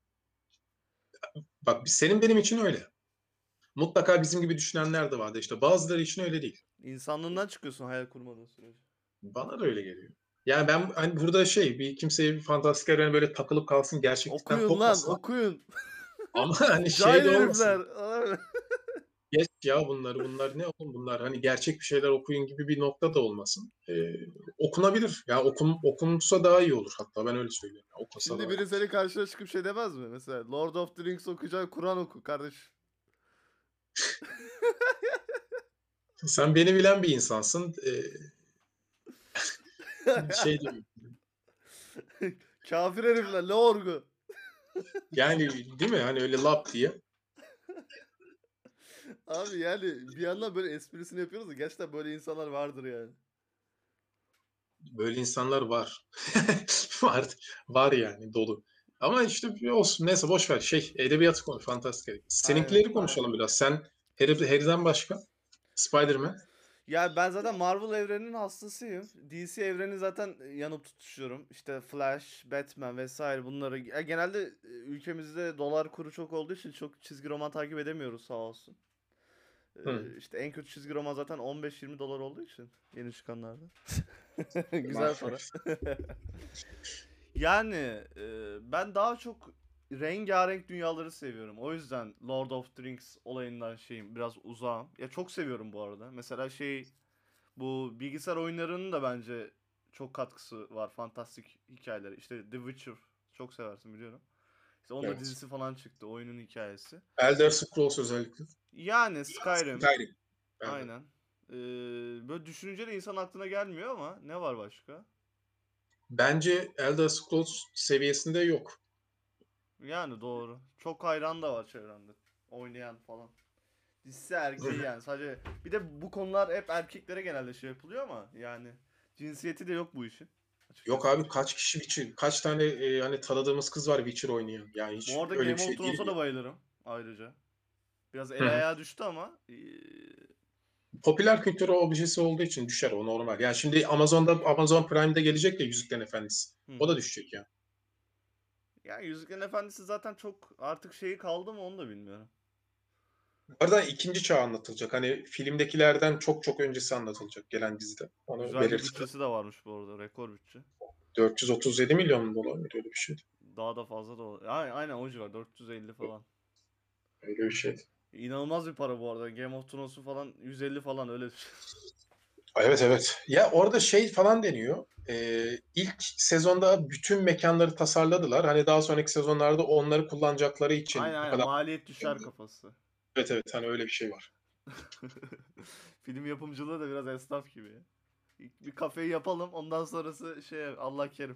Bak senin benim için öyle. Mutlaka bizim gibi düşünenler de vardı işte. Bazıları için öyle değil. İnsanlığından çıkıyorsun hayal kurmadığın sürece. Bana da öyle geliyor. Yani ben hani burada bir kimseye bir fantastik evrene böyle takılıp kalsın gerçeklikten Okuyun lan, kopmasın okuyun. ama hani Cahil de herifler. olmasın. Abi. Geç ya bunlar ne oğlum bunlar hani gerçek bir şeyler okuyun gibi bir nokta da olmasın. Okunabilir. Ya okunsa daha iyi olur hatta ben öyle söylüyorum. Ya, okunsa Şimdi daha iyi biri olur. senin karşına çıkıp şey demez mi? Mesela Lord of the Rings okuyacaksın, Kur'an oku kardeş. Sen beni bilen bir insansın. Değil. Kafir herifler, ne orgu. Yani değil mi? Hani öyle lap diye. Abi yani bir yandan böyle esprisini yapıyoruz da gerçekten böyle insanlar vardır yani. Böyle insanlar var. Var. Var yani dolu. Ama işte bir olsun. Neyse boş ver. Edebiyatı konu. Fantastik edebiyat. Aynen. Seninkileri konuşalım biraz. Sen Harry'den başka? Spider-Man. Ya ben zaten Marvel evreninin hastasıyım. DC evreni zaten yanıp tutuşuyorum. İşte Flash, Batman vesaire bunları. Genelde ülkemizde dolar kuru çok olduğu için çok çizgi roman takip edemiyoruz sağ olsun. Hı, İşte en kötü çizgi roman zaten 15-20 dolar olduğu için yeni çıkanlarda. Güzel para. maalesef. Yani ben daha çok rengarenk dünyaları seviyorum. O yüzden Lord of the Rings olayından biraz uzağım. Ya çok seviyorum bu arada. Mesela bu bilgisayar oyunlarının da bence çok katkısı var fantastik hikayeleri. İşte The Witcher çok seversin biliyorum. İşte onun da Evet. dizisi falan çıktı, oyunun hikayesi. Elder Scrolls özellikle. Yani Skyrim, Skyrim. Ben de. aynen. Böyle düşününce de insan aklına gelmiyor ama ne var başka? Bence Elder Scrolls seviyesinde yok. Yani doğru. Çok hayran da var çevremde. Oynayan falan. Dizisi erkeği yani, sadece bir de bu konular hep erkeklere genelde şey yapılıyor ama yani cinsiyeti de yok bu işin Yok açıkçası. abi kaç kişi Witcher, kaç tane hani tanıdığımız kız var Witcher oynayan. Yani Bu hiç arada öyle bir Game of şey değil Thrones'a ya. da bayılırım ayrıca. Biraz Hı el hı. ayağa düştü ama Popüler kültür objesi olduğu için düşer o normal. Yani şimdi Amazon Prime'de gelecek ya Yüzüklerin Efendisi. hı O da hı. düşecek ya. Yani Yüzüklerin Efendisi zaten çok artık şeyi kaldı mı onu da bilmiyorum. Bu arada ikinci çağ anlatılacak. Hani filmdekilerden çok çok öncesi anlatılacak gelen dizide. Onu Güzel bir belirtelim. bütçesi de varmış bu arada, rekor bütçe. 437 milyon dolar mıydı öyle bir şey? Daha da fazla da olur. Aynen o civar, 450 falan. Öyle bir şey. İnanılmaz bir para bu arada. Game of Thrones'u falan 150 falan, öyle düşün. Evet evet. Ya orada falan deniyor. İlk sezonda bütün mekanları tasarladılar. Hani daha sonraki sezonlarda onları kullanacakları için Aynen bu aynen, kadar. maliyet düşer kafası. Evet evet hani öyle bir şey var. Film yapımcılığı da biraz esnaf gibi ya. Bir kafeyi yapalım, ondan sonrası Allah kerim.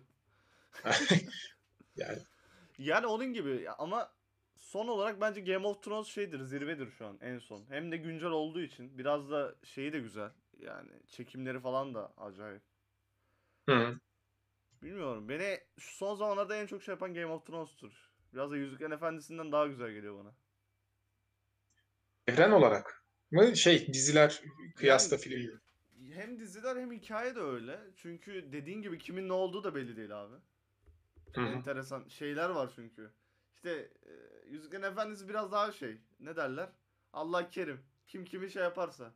Yani Yani onun gibi ama son olarak bence Game of Thrones zirvedir şu an en son. Hem de güncel olduğu için biraz da şeyi de güzel. Yani çekimleri falan da acayip. Hı. Bilmiyorum. Beni şu son zamanlarda en çok şey yapan Game of Thrones'tur. Biraz da Yüzüklerin Efendisi'nden daha güzel geliyor bana. Evren olarak mı? Diziler kıyasla Yani film. hem diziler hem hikaye de öyle. Çünkü dediğin gibi kimin ne olduğu da belli değil abi. Hı Çok hı. enteresan şeyler var çünkü. İşte Yüzüklerin Efendisi biraz daha şey. Ne derler? Allah kerim. Kim kimi şey yaparsa.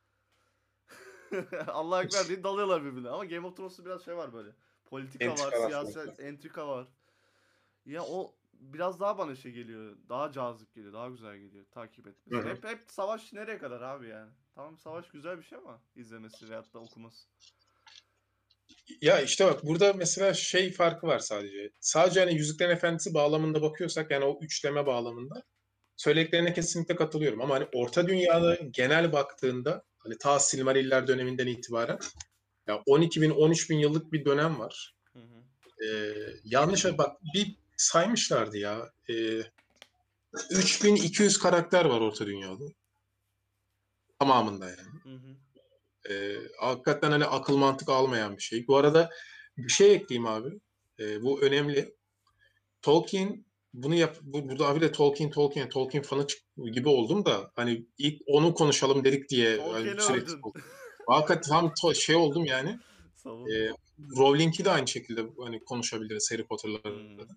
Allah ekber diye dalıyorlar birbirine. Ama Game of Thrones'ta biraz şey var böyle. Politika var, Entrikalar falan. siyaset, entrika var. Ya o biraz daha bana şey geliyor. Daha cazip geliyor. Daha güzel geliyor takip Hı etmesi. hı. Hep savaş nereye kadar abi yani? Tamam savaş güzel bir şey ama izlemesi veyahut da okuması. Ya işte bak burada mesela farkı var sadece. Sadece hani Yüzüklerin Efendisi bağlamında bakıyorsak yani o üçleme bağlamında söylediklerine kesinlikle katılıyorum. Ama hani Orta Dünya'da genel baktığında hani ta Silmariller döneminden itibaren ya 12 bin 13 bin yıllık bir dönem var. Hı hı. Yanlış bak bir saymışlardı ya. 3200 karakter var Orta Dünya'da. Tamamında yani. Hı hı. Hakikaten hani akıl mantık almayan bir şey. Bu arada bir şey ekleyeyim abi. Bu önemli. Tolkien bunu burada abi de Tolkien fanı gibi oldum da hani ilk onu konuşalım dedik diye hani Tolkien'i sürekli övdün. hakikaten tam oldum yani. Savundun. E, Rowling'i de aynı şekilde hani konuşabiliriz Harry Potter'ları. Hı.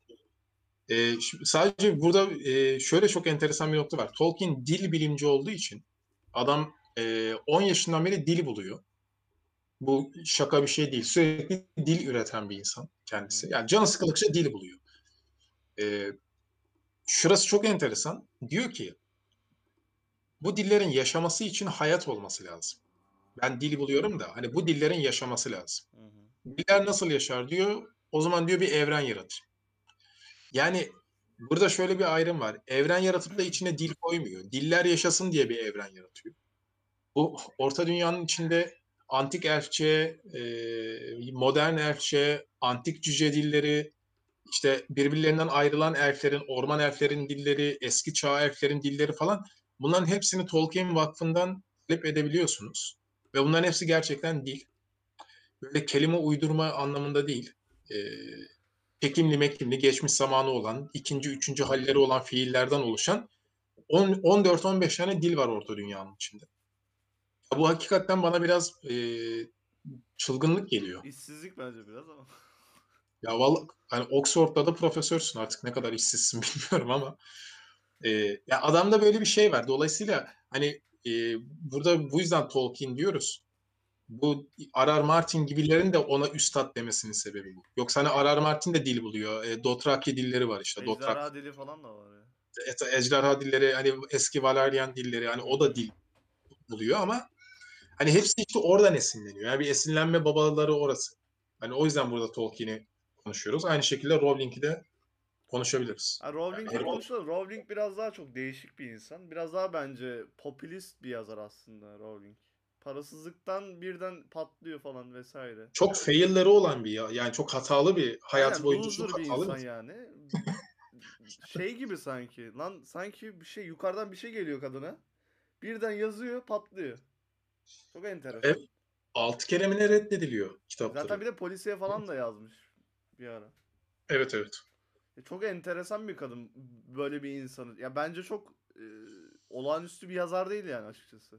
Sadece burada şöyle çok enteresan bir nokta var. Tolkien dil bilimci olduğu için adam 10 yaşından beri dil buluyor. Bu şaka bir şey değil. Sürekli dil üreten bir insan Hı hı. kendisi. Yani canı sıkıldıkça dil buluyor. E, Şurası çok enteresan. Diyor ki bu dillerin yaşaması için hayat olması lazım. Ben dil buluyorum da hani bu dillerin yaşaması lazım. Hı hı. Diller nasıl yaşar diyor. O zaman diyor bir evren yaratır. Yani burada şöyle bir ayrım var. Evren yaratıp da içine dil koymuyor. Diller yaşasın diye bir evren yaratıyor. Bu Orta Dünya'nın içinde antik elfçe, modern elfçe, antik cüce dilleri, işte birbirlerinden ayrılan elflerin, orman elflerin dilleri, eski çağ elflerin dilleri falan bunların hepsini Tolkien Vakfı'ndan talep edebiliyorsunuz. Ve bunların hepsi gerçekten dil. Böyle kelime uydurma anlamında değil. E, Çekimli mekimli, geçmiş zamanı olan, Hı ikinci, hı. üçüncü halleri olan fiillerden oluşan 14-15 tane dil var Orta Dünya'nın içinde. Ya bu hakikaten bana biraz çılgınlık geliyor. İşsizlik bence biraz ama. Ya vallahi hani Oxford'da da profesörsün artık ne kadar işsizsin bilmiyorum ama e, ya adamda böyle bir şey var. Dolayısıyla hani burada bu yüzden Tolkien diyoruz. Bu R.R. Martin gibilerin de ona üstad demesinin sebebi bu. Yoksa hani R.R. Martin de dil buluyor. Dothraki dilleri var işte. Dothraki, Ejderha dili falan da var ya. ejderha dilleri, hani eski Valyrian dilleri, hani Hı o da hı. dil buluyor ama hani hepsi işte oradan esinleniyor. Yani bir esinlenme babaları orası. Hani o yüzden burada Tolkien'i konuşuyoruz. Aynı şekilde Rowling'i de konuşabiliriz. Ha, Yani Rowling'de konuşalım. Rowling biraz daha çok değişik bir insan. Biraz daha bence popülist bir yazar aslında Rowling. Parasızlıktan birden patlıyor falan vesaire. çok fail'leri olan bir ya. Yani çok hatalı bir hayatı Aynen boyunca çok loser bir hatalı insan bir. yani. Şey gibi sanki. Lan sanki bir şey yukarıdan bir şey geliyor kadına. Birden yazıyor patlıyor. Çok Evet, enteresan. 6 kere mi ne reddediliyor Zaten kitapları? bir de polisiye falan da yazmış bir ara. Evet, evet. Çok enteresan bir kadın böyle bir insanı. Ya bence çok olağanüstü bir yazar değil yani açıkçası.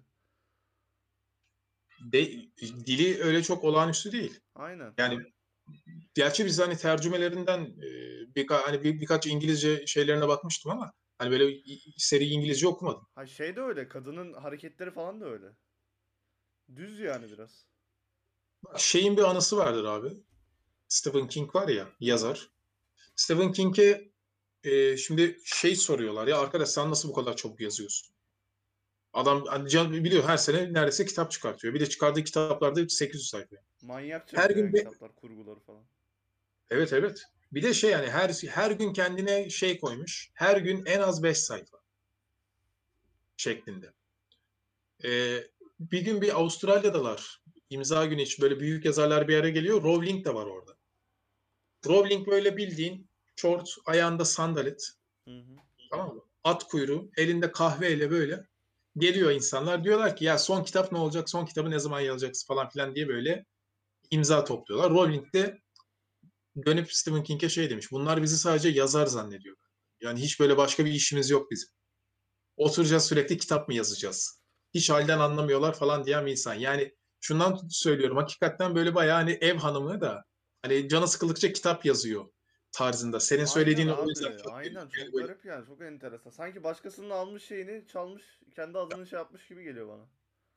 De, Dili öyle çok olağanüstü değil. Aynen. Yani gerçi biz hani tercümelerinden hani birkaç İngilizce şeylerine bakmıştım ama hani böyle seri İngilizce okumadım. Ha şey de öyle. Kadının hareketleri falan da öyle. Düz yani biraz. Bak şeyin bir anısı vardır abi. Stephen King var ya, Hı hı. yazar. Stephen King'e şimdi soruyorlar ya arkadaş sen nasıl bu kadar çabuk yazıyorsun? Adam hani biliyor her sene neredeyse kitap çıkartıyor. Bir de çıkardığı kitaplarda 800 sayfa. Manyakça bir Her de gün yani bir, kitaplar, kurguları falan. evet, evet. Bir de yani her gün kendine koymuş. Her gün en az 5 sayfa şeklinde. E, Bir gün bir Avustralya'dalar. İmza günü için böyle büyük yazarlar bir araya geliyor. Rowling de var orada. Rowling böyle bildiğin şort, ayağında sandalet. Hı hı. Tamam mı? At kuyruğu, elinde kahveyle böyle geliyor insanlar. Diyorlar ki ya son kitap ne olacak? Son kitabı ne zaman yazacaksın falan filan diye böyle imza topluyorlar. Rowling de dönüp Stephen King'e şey demiş. Bunlar bizi sadece yazar zannediyor. Yani hiç böyle başka bir işimiz yok bizim. Oturacağız sürekli kitap mı yazacağız? Hiç halden anlamıyorlar falan diyen bir insan. Yani şundan söylüyorum. Hakikaten böyle bayağı hani ev hanımı da hani canı sıkıldıkça kitap yazıyor tarzında. Senin Aynen söylediğini o yüzden abi. fark ettim. Aynen, Yani çok böyle. garip yani. Çok enteresan. Sanki başkasının almış şeyini çalmış, kendi adını şey yapmış gibi geliyor bana.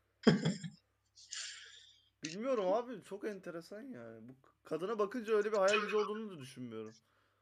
Bilmiyorum abi. Çok enteresan yani. Bu kadına bakınca öyle bir hayal gücü olduğunu da düşünmüyorum.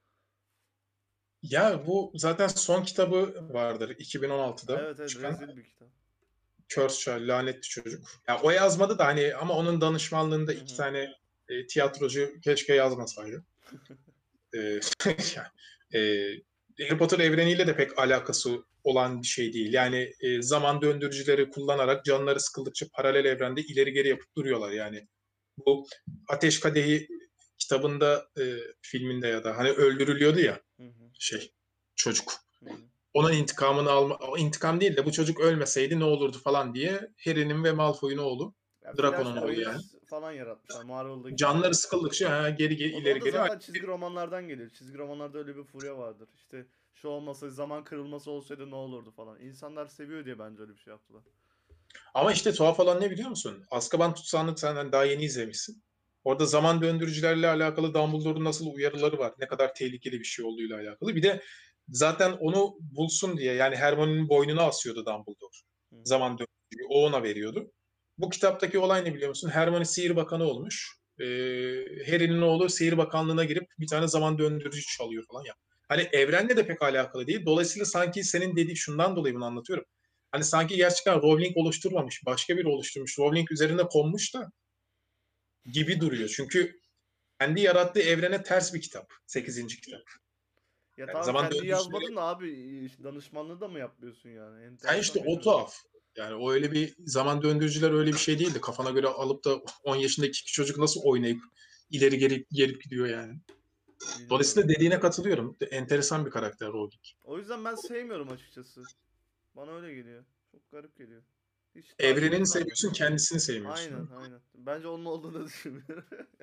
Ya bu zaten son kitabı vardır 2016'da Evet, evet, çıkan. rezil bir kitap. Curse Child, lanetli çocuk. Ya o yazmadı da hani ama onun danışmanlığında Hı iki hı. tane tiyatrocu keşke yazmasaydı. E, e, Harry Potter evreniyle de pek alakası olan bir şey değil. Yani zaman döndürücüleri kullanarak canları sıkıldıkça paralel evrende ileri geri yapıp duruyorlar. Yani bu Ateş Kadehi kitabında, filminde ya da hani öldürülüyordu ya Hı hı. şey çocuk. Hı hı. Onun intikamını alma, o intikam değil de bu çocuk ölmeseydi ne olurdu falan diye Harry'nin ve Malfoy'un oğlu, Ya Draco'nun oğlu Flashpoint yani. falan yaratmışlar Marvel'daki Canları gibi. sıkıldıkça geri geri O ileri da geri. zaten çizgi romanlardan geliyor. Çizgi romanlarda öyle bir furya vardır. İşte şu olmasa, zaman kırılması olsaydı ne olurdu falan. İnsanlar seviyor diye bence öyle bir şey yaptılar. Ama işte tuhaf olan ne biliyor musun? Azkaban Tutsağı'nı senden daha yeni izlemişsin. Orada zaman döndürücülerle alakalı Dumbledore'un nasıl uyarıları var. Ne kadar tehlikeli bir şey olduğuyla alakalı. Bir de zaten onu bulsun diye yani Hermione'nin boynuna asıyordu Dumbledore. Hı hı. Zaman döndürücüyü. O ona veriyordu. Bu kitaptaki olay ne biliyor musun? Hermione sihir bakanı olmuş. Harry'nin oğlu sihir bakanlığına girip bir tane zaman döndürücü çalıyor falan ya. Hani evrenle de pek alakalı değil. Dolayısıyla sanki senin dediğin şundan dolayı bunu anlatıyorum. Hani sanki gerçekten Rowling oluşturmamış, başka biri oluşturmuş. Rowling üzerine konmuş da gibi duruyor. Çünkü kendi yarattığı evrene ters bir kitap. Sekizinci kitap. Ya Yani tamam, zaman kendi döndürücüleri. yazmadın da abi, danışmanlığı da mı yapmıyorsun yani? Yani işte Enteresan o geliyor. tuhaf. Yani o öyle bir zaman döndürücüler öyle bir şey değildi. Kafana göre alıp da 10 yaşındaki iki çocuk nasıl oynayıp ileri geri gelip gidiyor yani. Dolayısıyla Bilmiyorum. dediğine katılıyorum. Enteresan bir karakter Rowling. O yüzden ben sevmiyorum açıkçası. Bana öyle geliyor. Çok garip geliyor. Hiç takip Evrenini etmem de. seviyorsun, kendisini Aynen, sevmiyorsun. aynen. Bence onun olduğunu düşünmüyorum.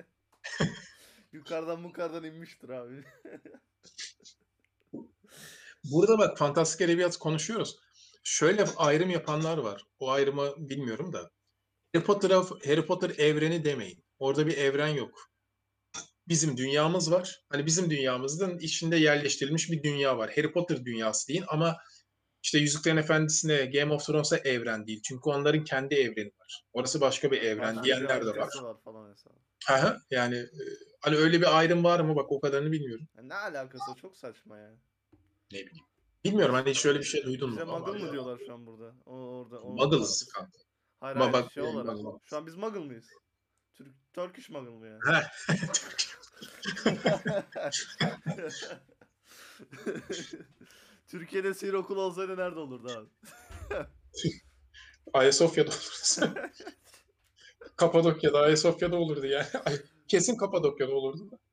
Yukarıdan inmiştir abi. Burada bak fantastik edebiyat konuşuyoruz. Şöyle ayrım yapanlar var. O ayrımı bilmiyorum da. Harry Potter evreni demeyin. Orada bir evren yok. Bizim dünyamız var. Hani bizim dünyamızın içinde yerleştirilmiş bir dünya var. Harry Potter dünyası değil ama işte Yüzüklerin Efendisi'ne, Game of Thrones'a evren değil. Çünkü onların kendi evreni var. Orası başka bir evren Başka bir diyenler de var. haritası var falan hesabı. Yani hani öyle bir ayrım var mı? Bak o kadarını bilmiyorum. Ya ne alakası, çok saçma yani. Ne bileyim. Bilmiyorum Biz hani hiç öyle bir şey duydun bize mu? muggle Vallahi mı ya. diyorlar şu an burada? O orada onun Muggles partisi. kanka. Hayır, Ama hayır, bak şey olarak. Şu an biz muggle mıyız? Turkish muggle mı yani? Heh. Türkiye'de sihir okulu olsaydı nerede olurdu abi? Ayasofya'da olurdu. Kapadokya'da, Ayasofya'da olurdu yani. Kesin Kapadokya'da olurdu da.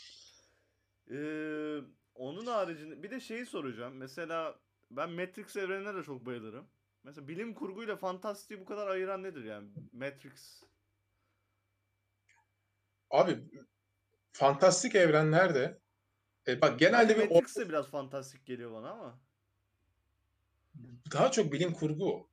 Ee, Onun haricinde bir de şeyi soracağım. Mesela ben Matrix evrenine de çok bayılırım. Mesela bilim kurguyla fantastiği bu kadar ayıran nedir yani? Matrix. Abi fantastik evrenlerde bak Bence genelde Matrix de biraz fantastik geliyor bana ama. daha çok bilim kurgu o.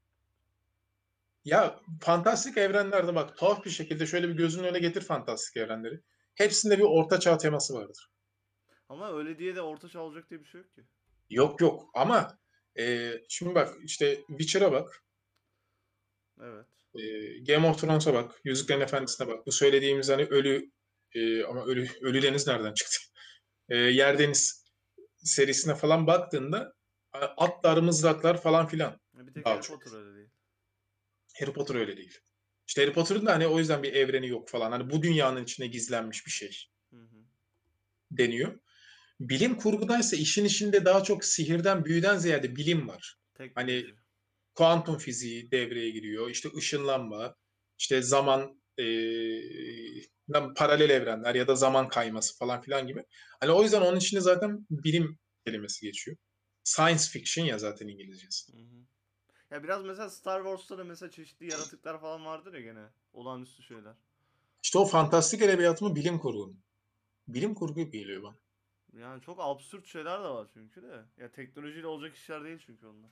Ya fantastik evrenlerde bak tuhaf bir şekilde şöyle bir gözünün önüne getir fantastik evrenleri. Hepsinde bir orta çağ teması vardır. Ama öyle diye de orta çağ olacak diye bir şey yok ki. Yok yok ama şimdi bak işte Witcher'a bak. Evet. Game of Thrones'a bak. Yüzüklerin Efendisi'ne bak. Bu söylediğimiz hani ama ölü deniz nereden çıktı? Yer deniz serisine falan baktığında atlar, mızraklar falan filan Bir tek daha Harry çok. Potter öyle değil. Harry Potter öyle değil. İşte Harry Potter'ın da hani o yüzden bir evreni yok falan. Hani bu dünyanın içine gizlenmiş bir şey Hı hı. deniyor. Bilim kurgudaysa işin içinde daha çok sihirden, büyüden ziyade bilim var. Hani Teknoloji. kuantum fiziği devreye giriyor. İşte ışınlanma, işte zaman paralel evrenler ya da zaman kayması falan filan gibi. Hani o yüzden onun içinde zaten bilim kelimesi geçiyor. Science fiction ya zaten İngilizcesi. Hı hı. Ya biraz mesela Star Wars'ta da mesela çeşitli yaratıklar falan vardır ya gene. Olağanüstü şeyler. İşte o fantastik edebiyat mı bilim kurgu mu? Bilim kurgu geliyor bana. Yani çok absürt şeyler de var çünkü de. Ya teknolojiyle olacak işler değil çünkü onlar.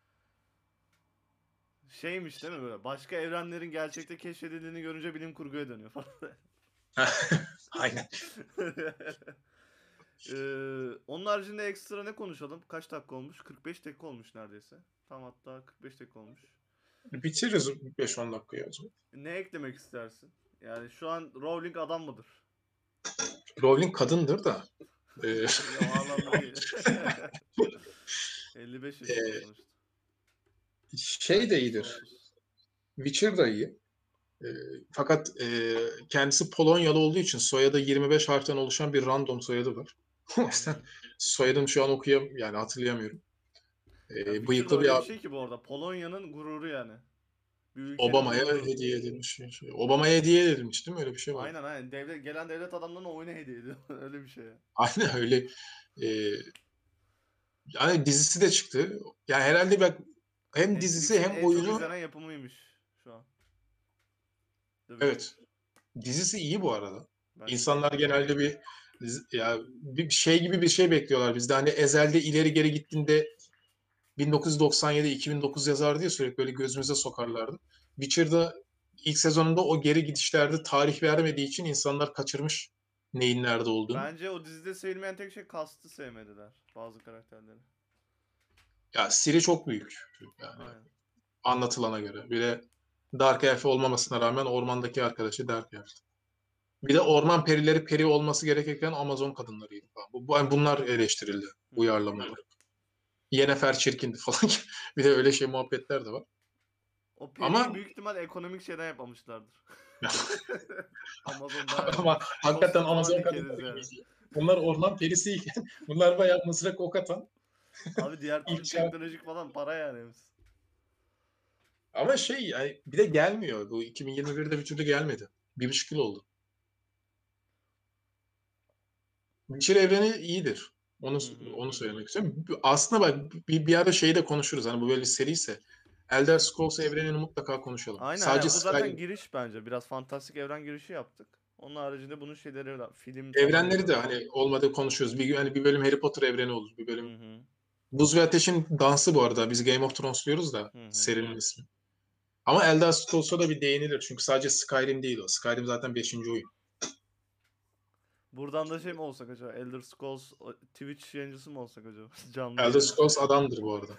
Şeymiş değil mi böyle? Başka evrenlerin gerçekte keşfedildiğini görünce bilim kurguya dönüyor falan. Aynen. Onun haricinde ekstra ne konuşalım? Kaç dakika olmuş? 45 dakika olmuş neredeyse. Tam hatta 45 dakika olmuş. Bitiririz 5-10 dakikaya o zaman. Ne eklemek istersin? Yani şu an Rowling adam mıdır? Rowling kadındır da. e, Ya o anlamda değil. 55 yaşında e, sonuçta. şey de iyidir. Sonsuz. Witcher da iyi. E, fakat kendisi Polonyalı olduğu için soyadı 25 harften oluşan bir random soyadı var. O Hı yüzden hı. soyadını şu an yani hatırlayamıyorum. Ya Witcher da Bıyıklı öyle bir bir abi. şey ki bu arada. Polonya'nın gururu yani. Bir ülkenin Obama'ya gururu. hediye edilmiş. Obama'ya hediye edilmiş değil mi? Öyle bir şey vardı. Aynen aynen. Gelen devlet adamlarına oyunu hediye ediyor. Öyle bir şey. Aynen öyle. E, yani dizisi de çıktı. Yani herhalde bak hem dizisi Netflix'in hem en çok oyunu izlenen yapımıymış şu an. The Witcher. evet. Dizisi iyi bu arada. Bence de iyi. İnsanlar genelde bir şey gibi bir şey bekliyorlar bizde. Hani Ezel'de ileri geri gittiğinde 1997-2009 yazar diye sürekli böyle gözümüze sokarlardı. Witcher'da ilk sezonunda o geri gidişlerde tarih vermediği için insanlar kaçırmış neyin nerede olduğunu. Bence o dizide sevilmeyen tek şey kastı sevmediler. Bazı karakterleri. Ya Ciri çok büyük. Yani Aynen. anlatılana göre. Bir de Dark Elf olmamasına rağmen ormandaki arkadaşı Dark Elf. Bir de orman perileri peri olması gerekirken Amazon kadınlarıydı falan. Yani bunlar eleştirildi. Hmm. Uyarlamalar. Yennefer çirkindi falan. Bir de öyle şey muhabbetler de var. O periyi Ama büyük ihtimal ekonomik şeyden yapmamışlardır. Amazon bayağı ama hakikaten kostüm falan Amazon dikeriz kadınları yani. gibi. Bunlar orman perisiyken bunlar bayağı mızrak ok atan Abi diğer türlü ilk çağ. teknolojik falan para yani hepsi. Ama yani bir de gelmiyor. Bu 2021'de bir türlü gelmedi. 1,5 yıl oldu. Witcher evreni iyidir. Onu Hı hı. onu söylemek istiyorum. Aslında bak bir ara şeyi de konuşuruz. Hani bu böyle seriyse Elder Scrolls evrenini mutlaka konuşalım. Aynen Sadece aynen. Bu zaten Skyrim. giriş bence. Biraz fantastik evren girişi yaptık. Onun haricinde bunun şeyleri var. Film falan Evrenleri de yaparız. hani olmadı konuşuyoruz. Hani bir bölüm Harry Potter evreni olur. Bir bölüm Hı hı. Buz ve Ateş'in dansı bu arada. Biz Game of Thrones diyoruz da Hı hı. serinin ismi. Ama Elder Scrolls'a da bir değinilir. Çünkü sadece Skyrim değil o. Skyrim zaten 5. oyun. Buradan da şey mi olsak acaba? Elder Scrolls Twitch yayıncısı mı olsak acaba? Canlı Elder yayın Scrolls açsak. adamdır bu arada.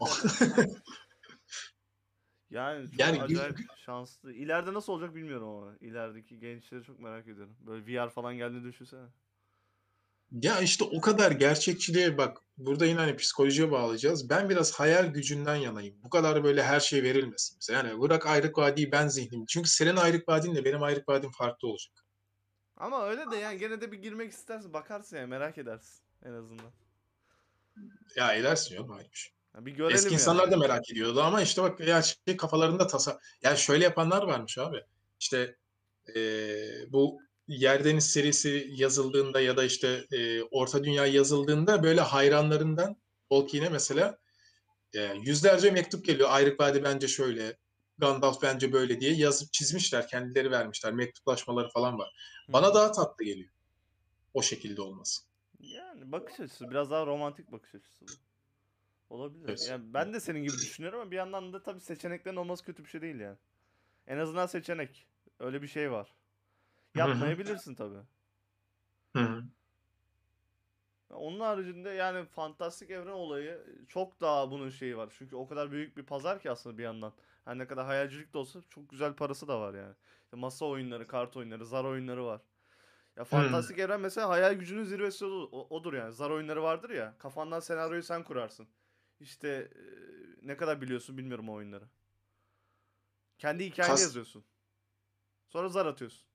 Yani çok Yani acayip şanslı. İleride nasıl olacak bilmiyorum ama. İlerideki gençleri çok merak ediyorum. Böyle VR falan geldiğini düşünsene. ya işte o kadar gerçekçiliğe bak. Burada yine hani psikolojiye bağlayacağız. Ben biraz hayal gücünden yanayım. Bu kadar böyle her şey verilmesin bize. Yani bırak ayrık vadiyi ben zihnim. Çünkü senin ayrık vadinle benim ayrık vadim farklı olacak. Ama öyle de yani gene de bir girmek istersin. Bakarsın ya merak edersin en azından. Ya edersin ya ayrı bir şey. Ya bir Eski görelim yani. insanlar da merak ediyordu ama işte bak ya şey kafalarında yani şöyle yapanlar varmış abi. İşte bu Yerdeniz serisi yazıldığında ya da işte Orta Dünya yazıldığında böyle hayranlarından Tolkien'e mesela yüzlerce mektup geliyor. Ayrık Vadi bence şöyle, Gandalf bence böyle diye yazıp çizmişler, kendileri vermişler. Mektuplaşmaları falan var. Hı Bana hı. daha tatlı geliyor o şekilde olması. Yani bakış açısı biraz daha romantik bakış açısı bu. Olabilir. Evet. Yani ben de senin gibi düşünüyorum ama bir yandan da tabii seçeneklerin olması kötü bir şey değil yani. En azından seçenek. Öyle bir şey var. Hı hı. Yapmayabilirsin tabii. Hı hı. Onun haricinde yani fantastik evren olayı çok daha bunun şeyi var. Çünkü o kadar büyük bir pazar ki aslında bir yandan. Her ne kadar hayalcilik de olsa çok güzel parası da var yani. İşte masa oyunları, kart oyunları, zar oyunları var. Ya Hı. fantastik evren mesela hayal gücünün zirvesi odur yani. Zar oyunları vardır ya. Kafandan senaryoyu sen kurarsın. İşte ne kadar biliyorsun bilmiyorum o oyunları. Kendi hikayeni Kas. yazıyorsun. Sonra zar atıyorsun.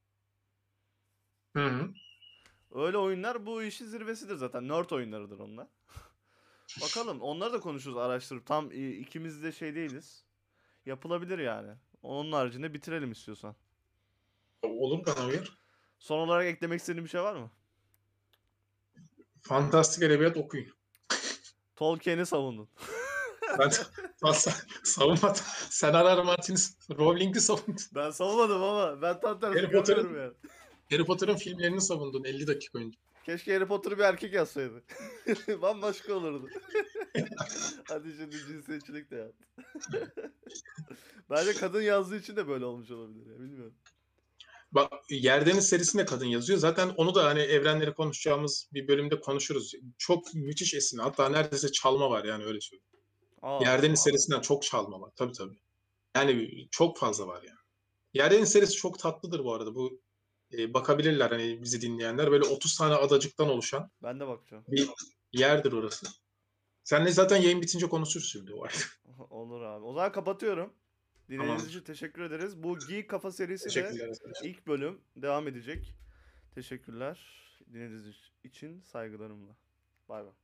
Hı hı. Öyle oyunlar bu işin zirvesidir zaten. Nerd oyunlarıdır onlar. Bakalım onları da konuşuruz araştırıp. Tam ikimiz de şey değiliz. Yapılabilir yani. Onun haricinde bitirelim istiyorsan. Olur bana uyar. Son olarak eklemek istediğin bir şey var mı? Fantastik edebiyat okuyun. Tolkien'i savundun. Ben savunma. Sen Arar Martin'i, Rowling'i savundun. Ben savunmadım ama ben tam tersi Harry görüyorum Potter'ın yani. Harry Potter'ın filmlerini savundun 50 dakika önce. Keşke Harry Potter'ı bir erkek yazsaydı. Bambaşka olurdu. Hadi şimdi cinsiyetçilik de yap. Bence kadın yazdığı için de böyle olmuş olabilir ya, bilmiyorum. Bak Yerdeniz serisinde kadın yazıyor. Zaten onu da hani evrenleri konuşacağımız bir bölümde konuşuruz. Çok müthiş esin. Hatta neredeyse çalma var yani öyle söyleyeyim. Aa, Yerdeniz serisinden çok çalma var. Tabii tabii. Yani çok fazla var yani. Yerdeniz serisi çok tatlıdır bu arada. Bu bakabilirler hani bizi dinleyenler. Böyle 30 tane adacıktan oluşan ben de bakacağım. bir yerdir orası. Seninle zaten yayın bitince konuşuruz şimdi o arada. Olur abi. O zaman kapatıyorum. Dinlediğiniz için Tamamdır. teşekkür ederiz. Bu Geek Kafa serisi de Teşekkürler arkadaşlar. ilk bölüm devam edecek. Teşekkürler. Dinlediğiniz için saygılarımla. Bay bay.